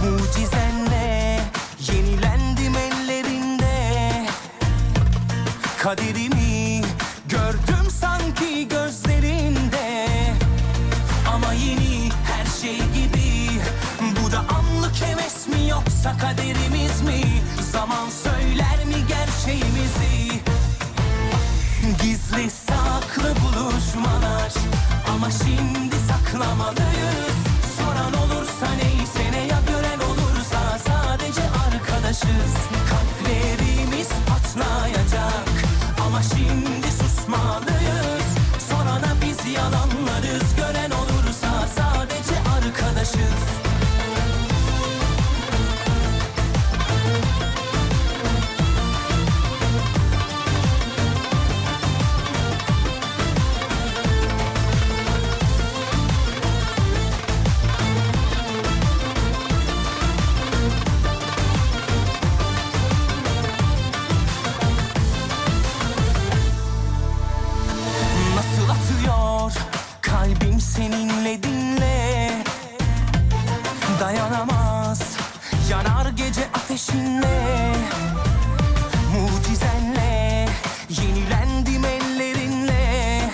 L: Mucizenle yenilendim ellerinde. Kaderimi gördüm sanki gözlerinde, ama yeni her şey gibi. Bu da anlık heves mi yoksa kaderimiz mi? Zaman söyler mi gerçeğimizi? Gizli saklı buluşmalar, ama şimdi saklamalıyız. Soran olursa neyse ne, ya gören olursa sadece arkadaşız. Kalplerimiz patlayacak, ama şimdi susmalıyız. Sorana biz yalanlarız, gören olursa sadece arkadaşız. Kalbim seninle, dinle. Dayanamaz, yanar gece ateşinle. Mucizenle yenilendim ellerinle.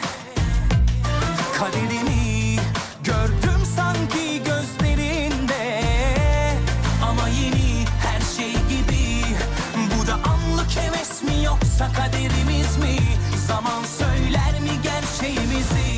L: Kaderimi gördüm sanki gözlerinde, ama yeni her şey gibi. Bu da anlık heves mi yoksa kaderimiz mi? Zaman söyler mi gerçeğimizi?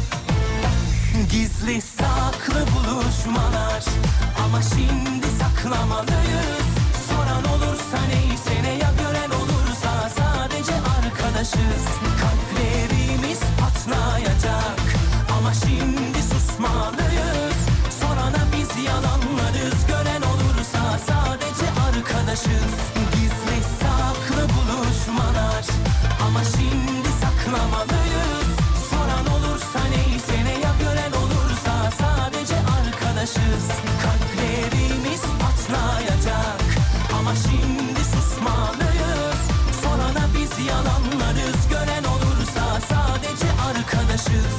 L: Gizli saklı buluşmalar, ama şimdi saklamalıyız. Soran olursa neyse ne, ya gören olursa sadece arkadaşız. Kalplerimiz patlayacak, ama şimdi susmalıyız. Sorana biz yalanlarız, gören olursa sadece arkadaşız. Gizli saklı buluşmalar, ama şimdi saklamalıyız. Soran olursa neyse ne, ya gören olursa sadece arkadaşız. Kalplerimiz patlayacak, ama şimdi susmalıyız. Sorana biz yalanlarız, gören olursa sadece arkadaşız.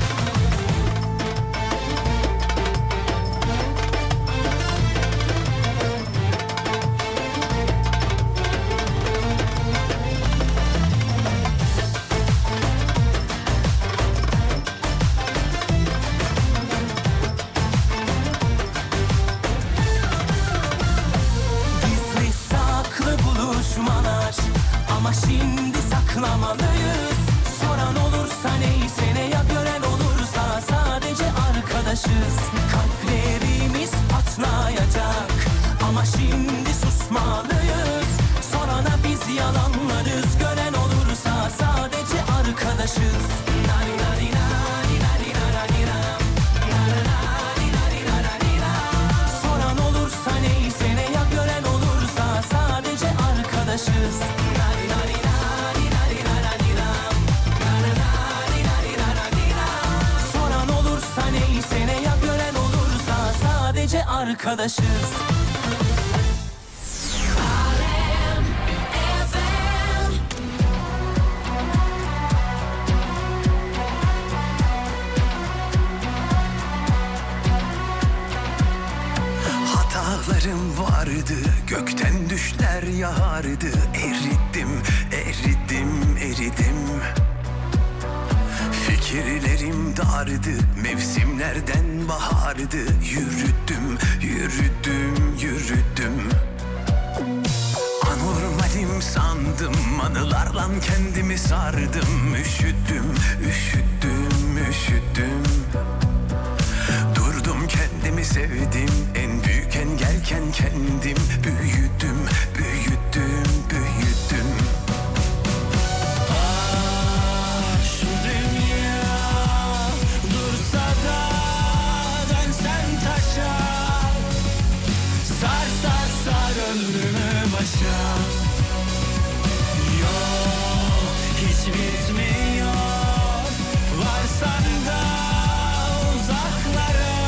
L: Ama şimdi saklamalıyız. Soran olursa neyse ne, ya gören olursa sadece arkadaşız. Kalplerimiz patlayacak, ama şimdi susmalıyız. Sorana biz yalanlarız, gören olursa sadece arkadaşız. Nari nari nari nari nari nari. Soran olursa neyse ne, ya gören olursa sadece arkadaşız. Soran olursa neyse ne, ya gören olursa sadece arkadaşız.
M: Hatalarım vardı, gökten düşler yağardı. Eridim, eridim, eridim. Fikirlerim dardı, mevsimlerden bahardı. Yürüdüm, yürüdüm, yürüdüm. Anormalim sandım, anılarla kendimi sardım. Üşüdüm, üşüdüm, üşüdüm. Durdum, kendimi sevdim. En büyük engelken kendim. Büyüdüm, büyüdüm, büyüdüm.
L: Ah, şu dünya dursa da dönsen taşa. Sar sar sar ömrümü başa. Yok, hiç bitmiyor. Varsan da uzaklara.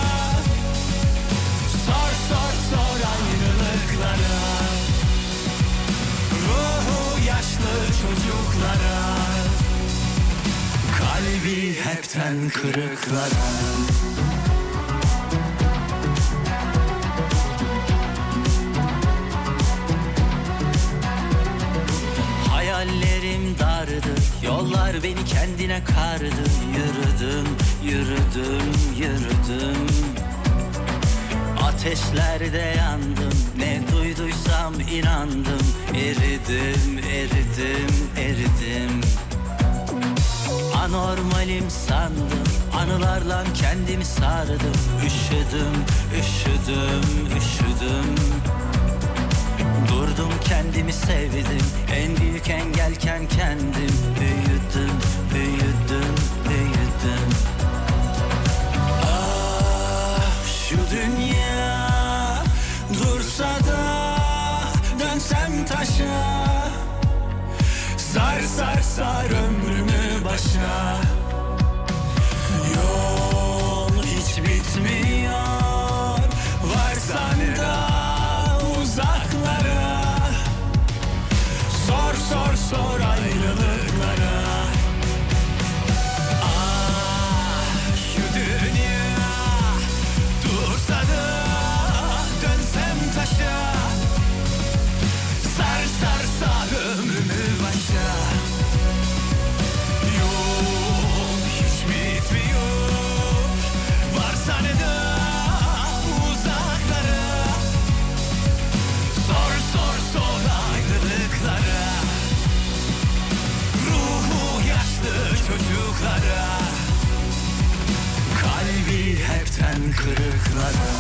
L: Sor sor sor ayrılıklara. Ruhu yaşlı çocuklara. Kalbi hepten kırıklara.
E: Hayallerim dar Yollar beni kendine kardı. Yürüdüm, yürüdüm, yürüdüm. Ateşlerde yandım, ne duyduysam inandım. Eridim, eridim, eridim. Anormalim sandım, anılarla kendimi sardım. Üşüdüm, üşüdüm, üşüdüm. Durdum, kendimi sevdim. En büyük engelken kendim. Büyüdüm, büyüdüm, büyüdüm. Ah, şu dünya dursa da dönsem taşa. Sar sar sar ömrümü başa. Yol hiç bitmiyor, varsan da uzaklara. Sor sor sor ayrılıklara. Ah, şu dünya dursa da dönsem taşa. Sar sar sar ömrümü başa. Yol hiç bitmiyor, varsa ne da uzaklara. Sor sor sor ayrılıklara. Ruhu yaşlı çocuklara. Kalbi hepten kırıklara.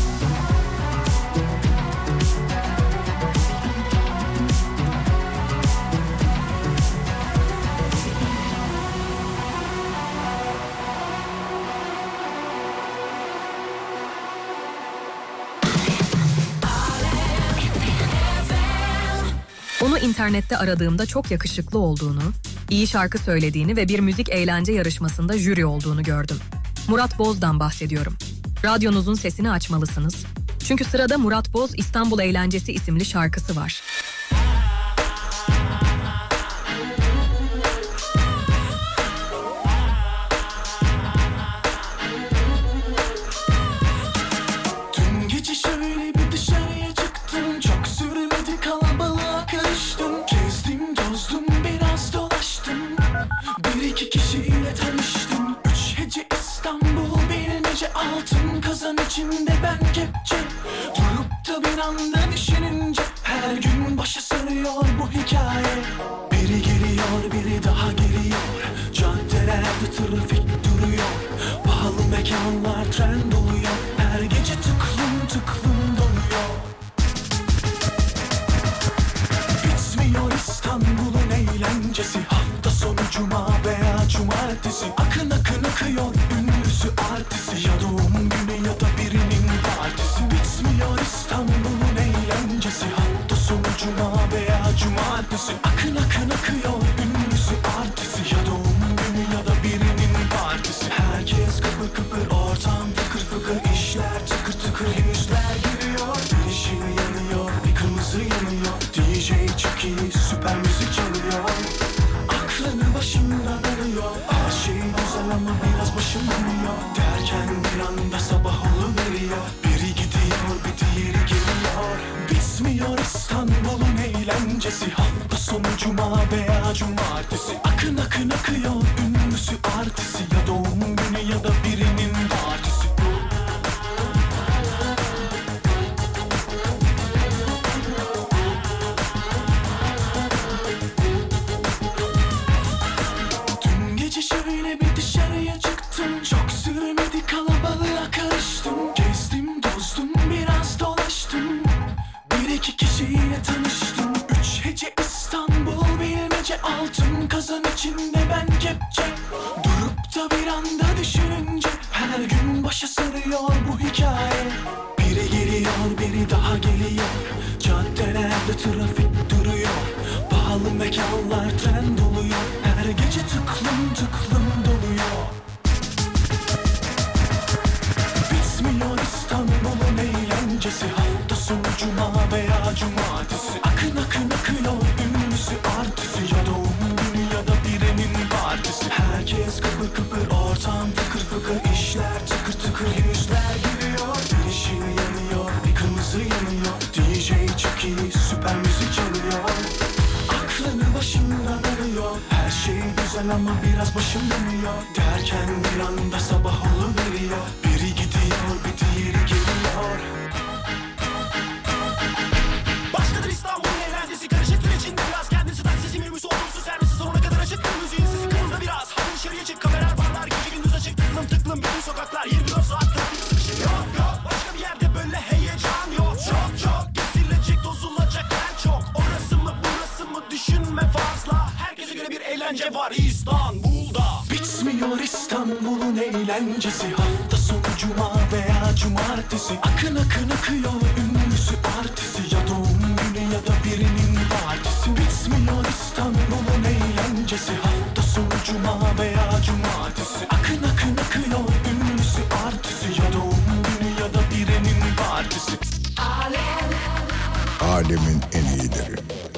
A: Onu internette aradığımda çok yakışıklı olduğunu, iyi şarkı söylediğini ve bir müzik eğlence yarışmasında jüri olduğunu gördüm. Murat Boz'dan bahsediyorum. Radyonuzun sesini açmalısınız. Çünkü sırada Murat Boz İstanbul Eğlencesi isimli şarkısı var.
G: Dün gece şöyle bir dışarıya çıktım. Çok sürmedi, kalabalığa karıştım. Gezdim, tozdum, biraz dolaştım. Bir iki kişiyle tanıştım. Üç hece İstanbul, bilmece altın kazan içinde ben kepçe. Durup da bir anda düşününce her gün başa sarıyor bu hikaye. Biri geliyor, biri daha geliyor. Caddelerde trafik duruyor. Pahalı mekanlar trend oluyor. Her gece tıklım tıklım doluyor. Bitmiyor İstanbul'un eğlencesi. Hafta sonu cuma veya cumartesi. Akın akın akıyor ünlüsü artisi. Ya doğum günü ya da birinin partisi. Bitmiyor İstanbul'un eğlencesi. Hafta sonu cuma veya cumartesi. Akın akın akıyor ünlüsü artisi. Ya doğum günü ya da birinin partisi. Herkes kıpır kıpır, ortam fıkır fıkır. İşler tıkır tıkır, yüzler gülüyor. Bir ışığı yanıyor, bir kırmızı yanıyor. D J çok iyi, süper müzik çalıyor. Aklını başımdan alıyor. Her şey güzel ama biraz başım dönüyor. Derken bir anda sabah oluveriyor. Biri gidiyor, bir diğeri geliyor. Bitmiyor İstanbul'un eğlencesi. Hafta sonu cuma veya cumartesi. Akın akın akıyor ünlüsü artisi. Ya doğum günü ya da birinin partisi. Dün gece şöyle bir dışarıya çıktım. Çok sürmedi, kalabalığa karıştım. Gezdim, tozdum, biraz dolaştım. Bir iki kişiyle tanıştım. Üç hece İstanbul, bilmece altın kazan içinde ben kepçe. Durup da bir anda düşününce her gün başa sarıyor bu hikaye. Biri geliyor, biri daha geliyor. Caddelerde trafik duruyor. Pahalı mekanlar trend oluyor. Her gece tıklım tıklım doluyor. Bitmiyor İstanbul'un eğlencesi. Hafta sonu cuma veya cumartesi. Akın akın akıyor ünlüsü artisi. Ya doğum günü ya da birinin partisi. Herkes kıpır kıpır, ortam fıkır fıkır. İşler tıkır tıkır, yüzler gülüyor. Bir ışığı yanıyor, bir kırmızı yanıyor. D J çok iyi, süper müzik çalıyor. Aklını başımdan güzel ama biraz başım dönüyor. Derken bir anda sabah oluveriyor. Biri gidiyor bir diğeri geliyor.
F: Başkadır İstanbul'un eğlencesi, karışık tür içinde biraz. Kendisi taksisi minibüsü olumsuz servisi, sonuna kadar açık. Müziğin sesi kırıldı biraz. Hadi dışarıya çık, kamerar barlar gece gündüz açık. Tıklım tıklım bütün sokaklar yirmi dört saat trafik sıkışık. Yok yok başka bir yerde böyle heyecan yok. Çok çok gezilecek tozulacak en çok. Orası mı burası mı düşünme fazla. Herkese göre bir eğlence var İstanbul'da.
G: Bitmiyor İstanbul'un eğlencesi. Hafta sonu cuma veya cumartesi. Akın akın akıyor ünlüsü artisi. Ya doğum günü ya da birinin partisi. Bitmiyor İstanbul'un eğlencesi. Hafta sonu cuma veya cumartesi. Akın akın akıyor ünlüsü artisi. Ya doğum günü ya da birinin partisi.
N: Alem. Alemin en iyileri.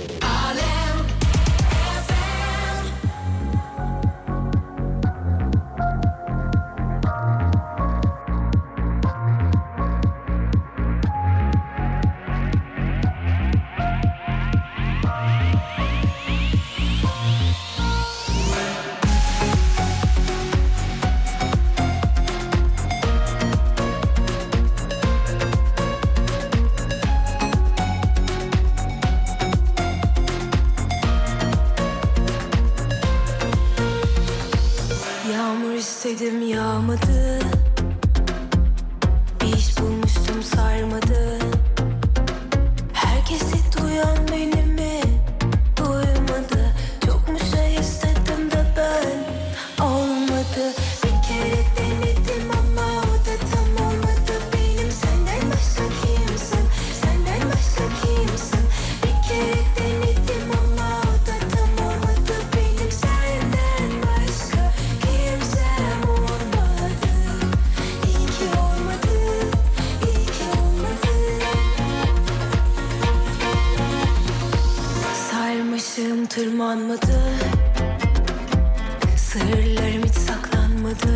O: Yağmur istedim yağmadı. Bir iş bulmuştum sarmadı. Herkesi duyan beni mi duymadı. Çok mu şey istedim de ben olmadı. Bir kere denedim ama o da tam olmadı. Benim senden başka kimsin? Senden başka kimsin? Bir kere denedim ama o da tam olmadı. Benim senden başka kimsem olmadı. İyi ki olmadı, iyi ki olmadı. Sarmaşığım tırmanmadı. Sırlarım hiç saklanmadı.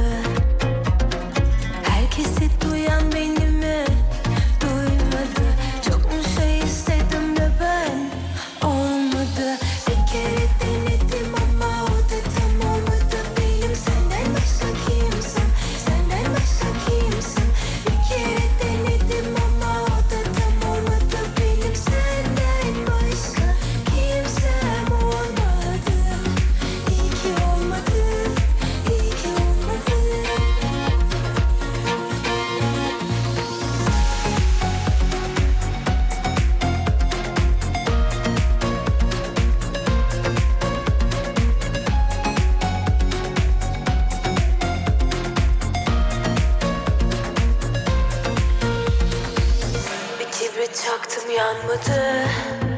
O: Herkesi duyan beni mi duymadı. Çok mu şey istedim de ben olmadı. Bir kere denedim ama o da tam olmadı. Benim senden başka kimsin? Senden başka kimsin? Bir kere denedim ama o da tam olmadı. Benim senden başka kimsem olmadı. İyi ki olmadı, iyi ki olmadı. Bir kibrit çaktım yanmadı.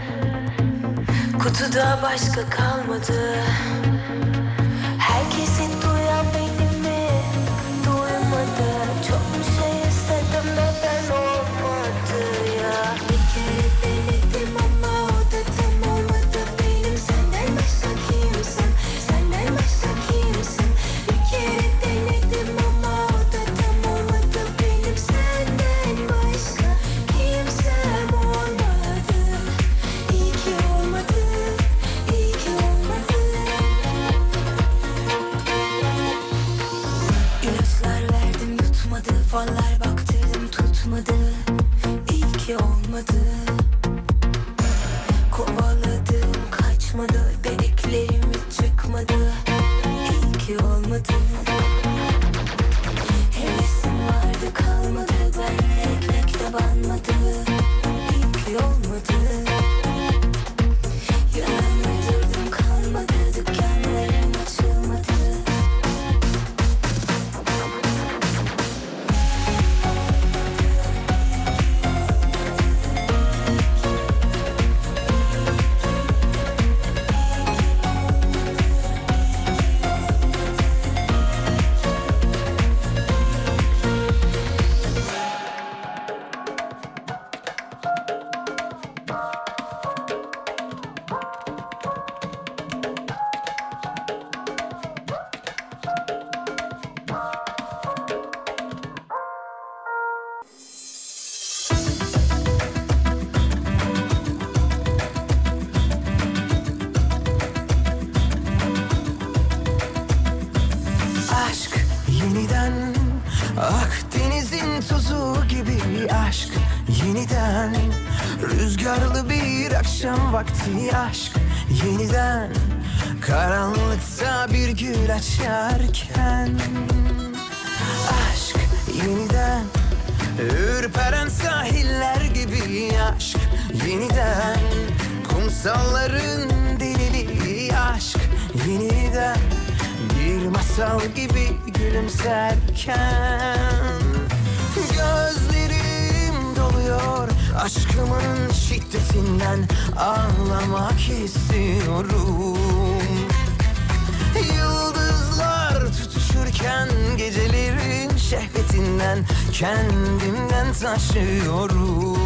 O: Kutuda başka kalmadı. Herkesi duyan beni mi duymadı. Çok mu şey istedim de ben olmadı ya. Bir kere denedim ama o da tam olmadı. Benim senden başka kimsin? Senden başka kimsin? Bir kere denedim ama o da tam olmadı. Benim senden başka kimsem olmadı. İyi ki olmadı, iyi ki olmadı. İlaçlar verdim yutmadı. Fallar baktırdım tutmadı. İyi ki olmadı. Kovaladım kaçmadı. Dediklerim hiç çıkmadı. İyi ki olmadı. Hevesim vardı kalmadı. Ben ekmekte banmadı. İyi ki olmadı. Yönlendirdim kalmadı. Dükkanlarım açılmadı. İyi ki
I: Akdeniz'in tuzu gibi aşk yeniden. Rüzgarlı bir akşam vakti aşk yeniden. Karanlıkta bir gül açarken aşk yeniden. Ürperen sahiller gibi aşk yeniden. Kumsalların deliliği aşk yeniden. Bir masal gibi gülümserken gözlerim doluyor aşkımın şiddetinden. Ağlamak istiyorum. Yıldızlar tutuşurken gecelerin şehvetinden kendimden taşıyorum.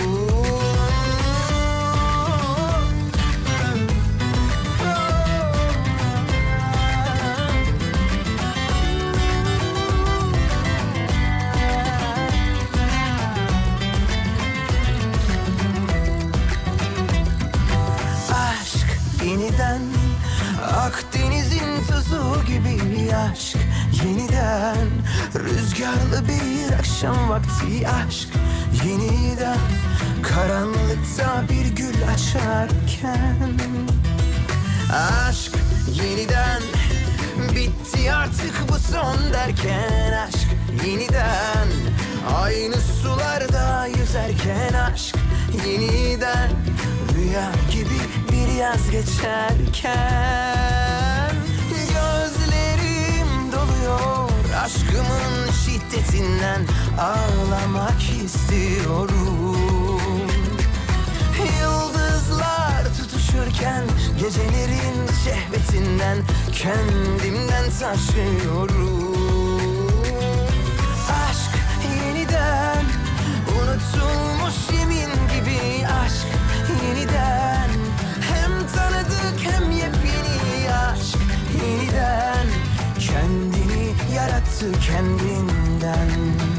I: Yeniden Akdeniz'in tuzu gibi aşk yeniden. Rüzgarlı bir akşam vakti aşk yeniden. Karanlıkta bir gül açarken aşk yeniden. Bitti artık bu son derken aşk yeniden. Aynı sularda yüzerken aşk yeniden. Rüya gibi bir yaz geçerken gözlerim doluyor aşkımın şiddetinden. Ağlamak istiyorum. Yıldızlar tutuşurken gecelerin şehvetinden kendimden taşıyorum. Aşk yeniden unutulmuş yemin gibi aşk yeniden. Hem tanıdık hem yepyeni aşk yeniden. Kendini yarattı kendinden.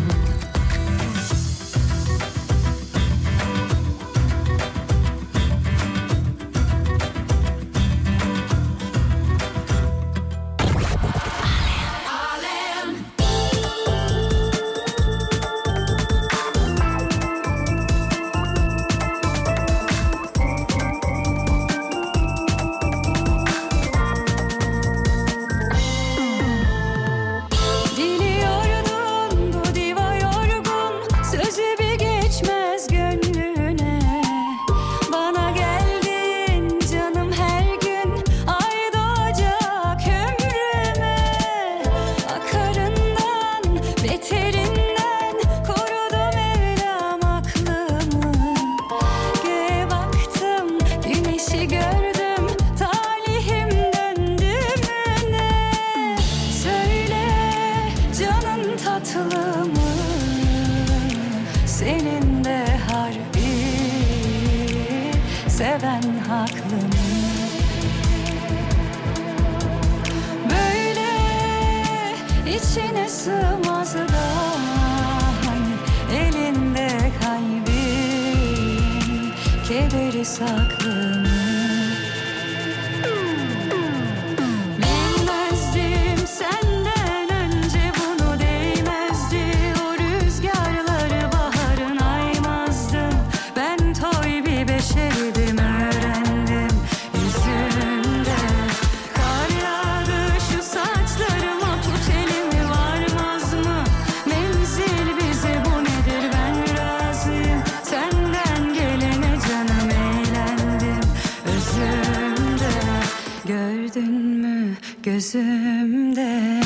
P: Gözümde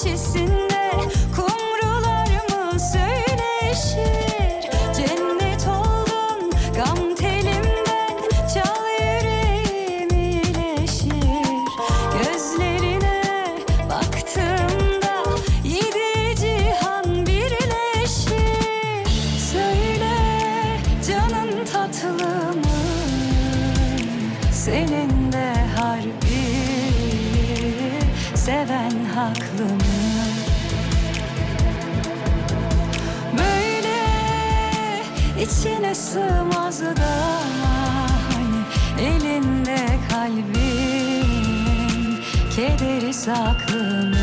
P: cennet
O: içine sığmaz da hani elinde kalbin kederi saklamış.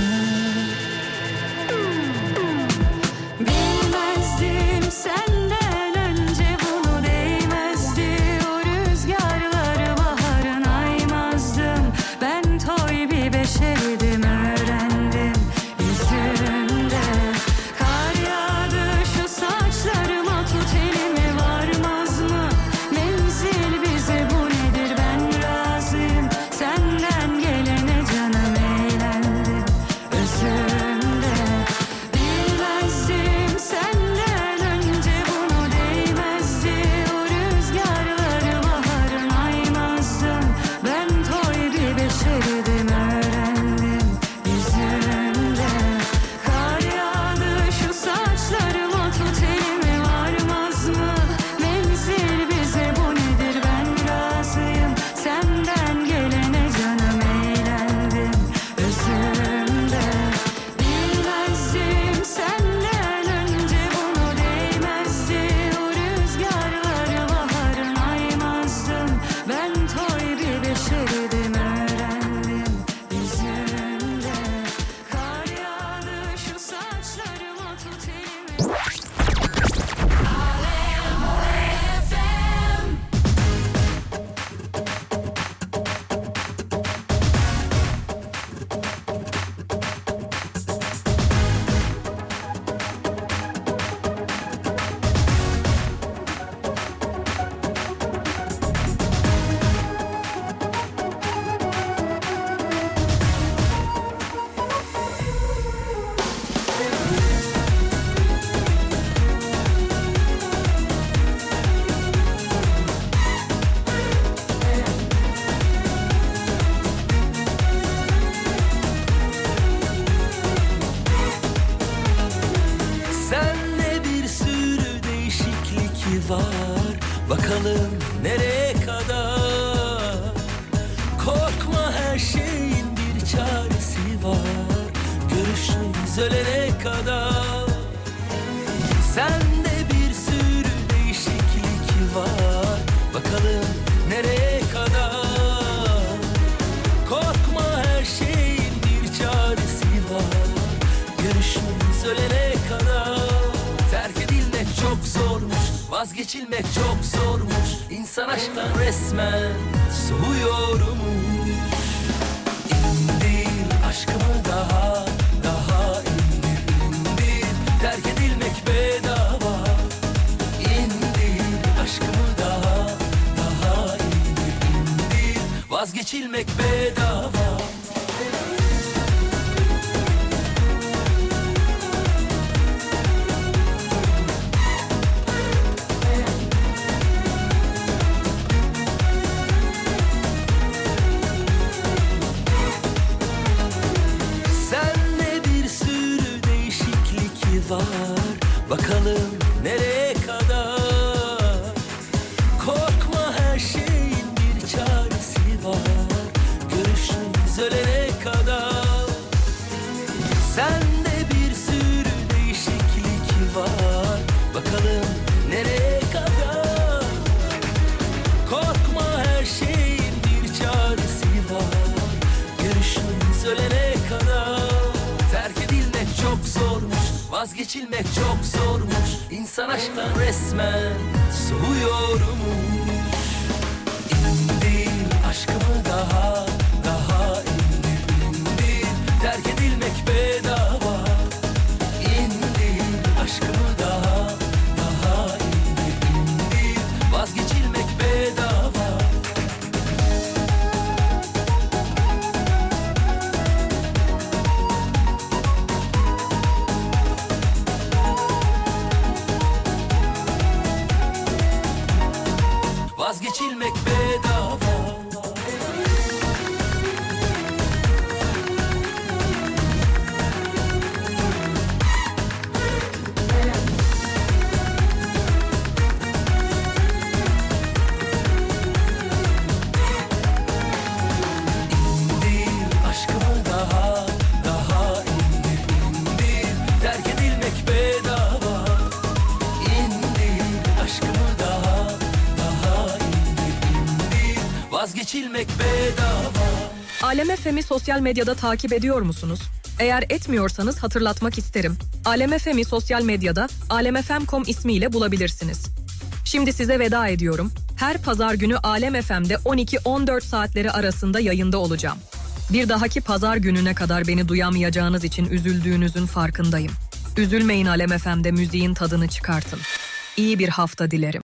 O: Bilmezdim senden önce bunu, değmezdi o rüzgarlar baharın, aymazdım ben toy bir beşerdim, öğrendim yüzünde kar yağdı şu saçlarıma, tut elimi varmaz mı menzil bize, bu nedir ben razıyım senden gelene canım, eğlendim özümde. Bilmezdim senden önce bunu, değmezdi o rüzgarlar baharın, aymazdım ben toy bir beşerdim, öğrendim yüzünde kar yağdı şu saçlarıma, tut elimi varmaz mı menzil bize, bu nedir ben razıyım senden gelene canım, eğlendim özümde. Bilmezdim senden önce bunu, değmezdi o rüzgarlar baharın, aymazdım ben toy bir beşerdim, öğrendim yüzünde kar yağdı şu saçlarıma, tut elimi.
L: Sende bir sürü değişiklik var, bakalım nereye kadar. Korkma, her şeyin bir çaresi var, görüşmeyiz ölene kadar. Sende bir sürü değişiklik var, bakalım nereye kadar. Korkma, her şeyin bir çaresi var, görüşmeyiz ölene kadar. Terk edilmek çok zormuş, vazgeçilmek çok zormuş. İnsan aşktan resmen soğuyormuş. İndir aşkımı daha, daha indir, indir. Terk edilmek bedava. İndir aşkımı daha, daha indir, indir. Vazgeçilmek bedava. Sende bir sürü değişiklik var, bakalım nereye kadar. Korkma, her şeyin bir çaresi var, görüşmeyiz ölene kadar. Sende bir sürü değişiklik var, bakalım nereye kadar. Korkma, her şeyin bir çaresi var, görüşmeyiz ölene kadar. Terk edilmek çok zormuş, vazgeçilmek çok zormuş. İnsan aşktan resmen soğuyormuş. İndir aşkımı daha, daha indir, indir. Terk edilmek bedava. İndir aşkımı daha, daha indir, indir. Vazgeçilmek bedava. Vazgeçilmek bedava.
A: Alem F M'i sosyal medyada takip ediyor musunuz? Eğer etmiyorsanız hatırlatmak isterim. Alem F M'i sosyal medyada alem f m nokta com ismiyle bulabilirsiniz. Şimdi size veda ediyorum. Her pazar günü Alem F M'de on iki on dört saatleri arasında yayında olacağım. Bir dahaki pazar gününe kadar beni duyamayacağınız için üzüldüğünüzün farkındayım. Üzülmeyin, Alem F M'de müziğin tadını çıkartın. İyi bir hafta dilerim.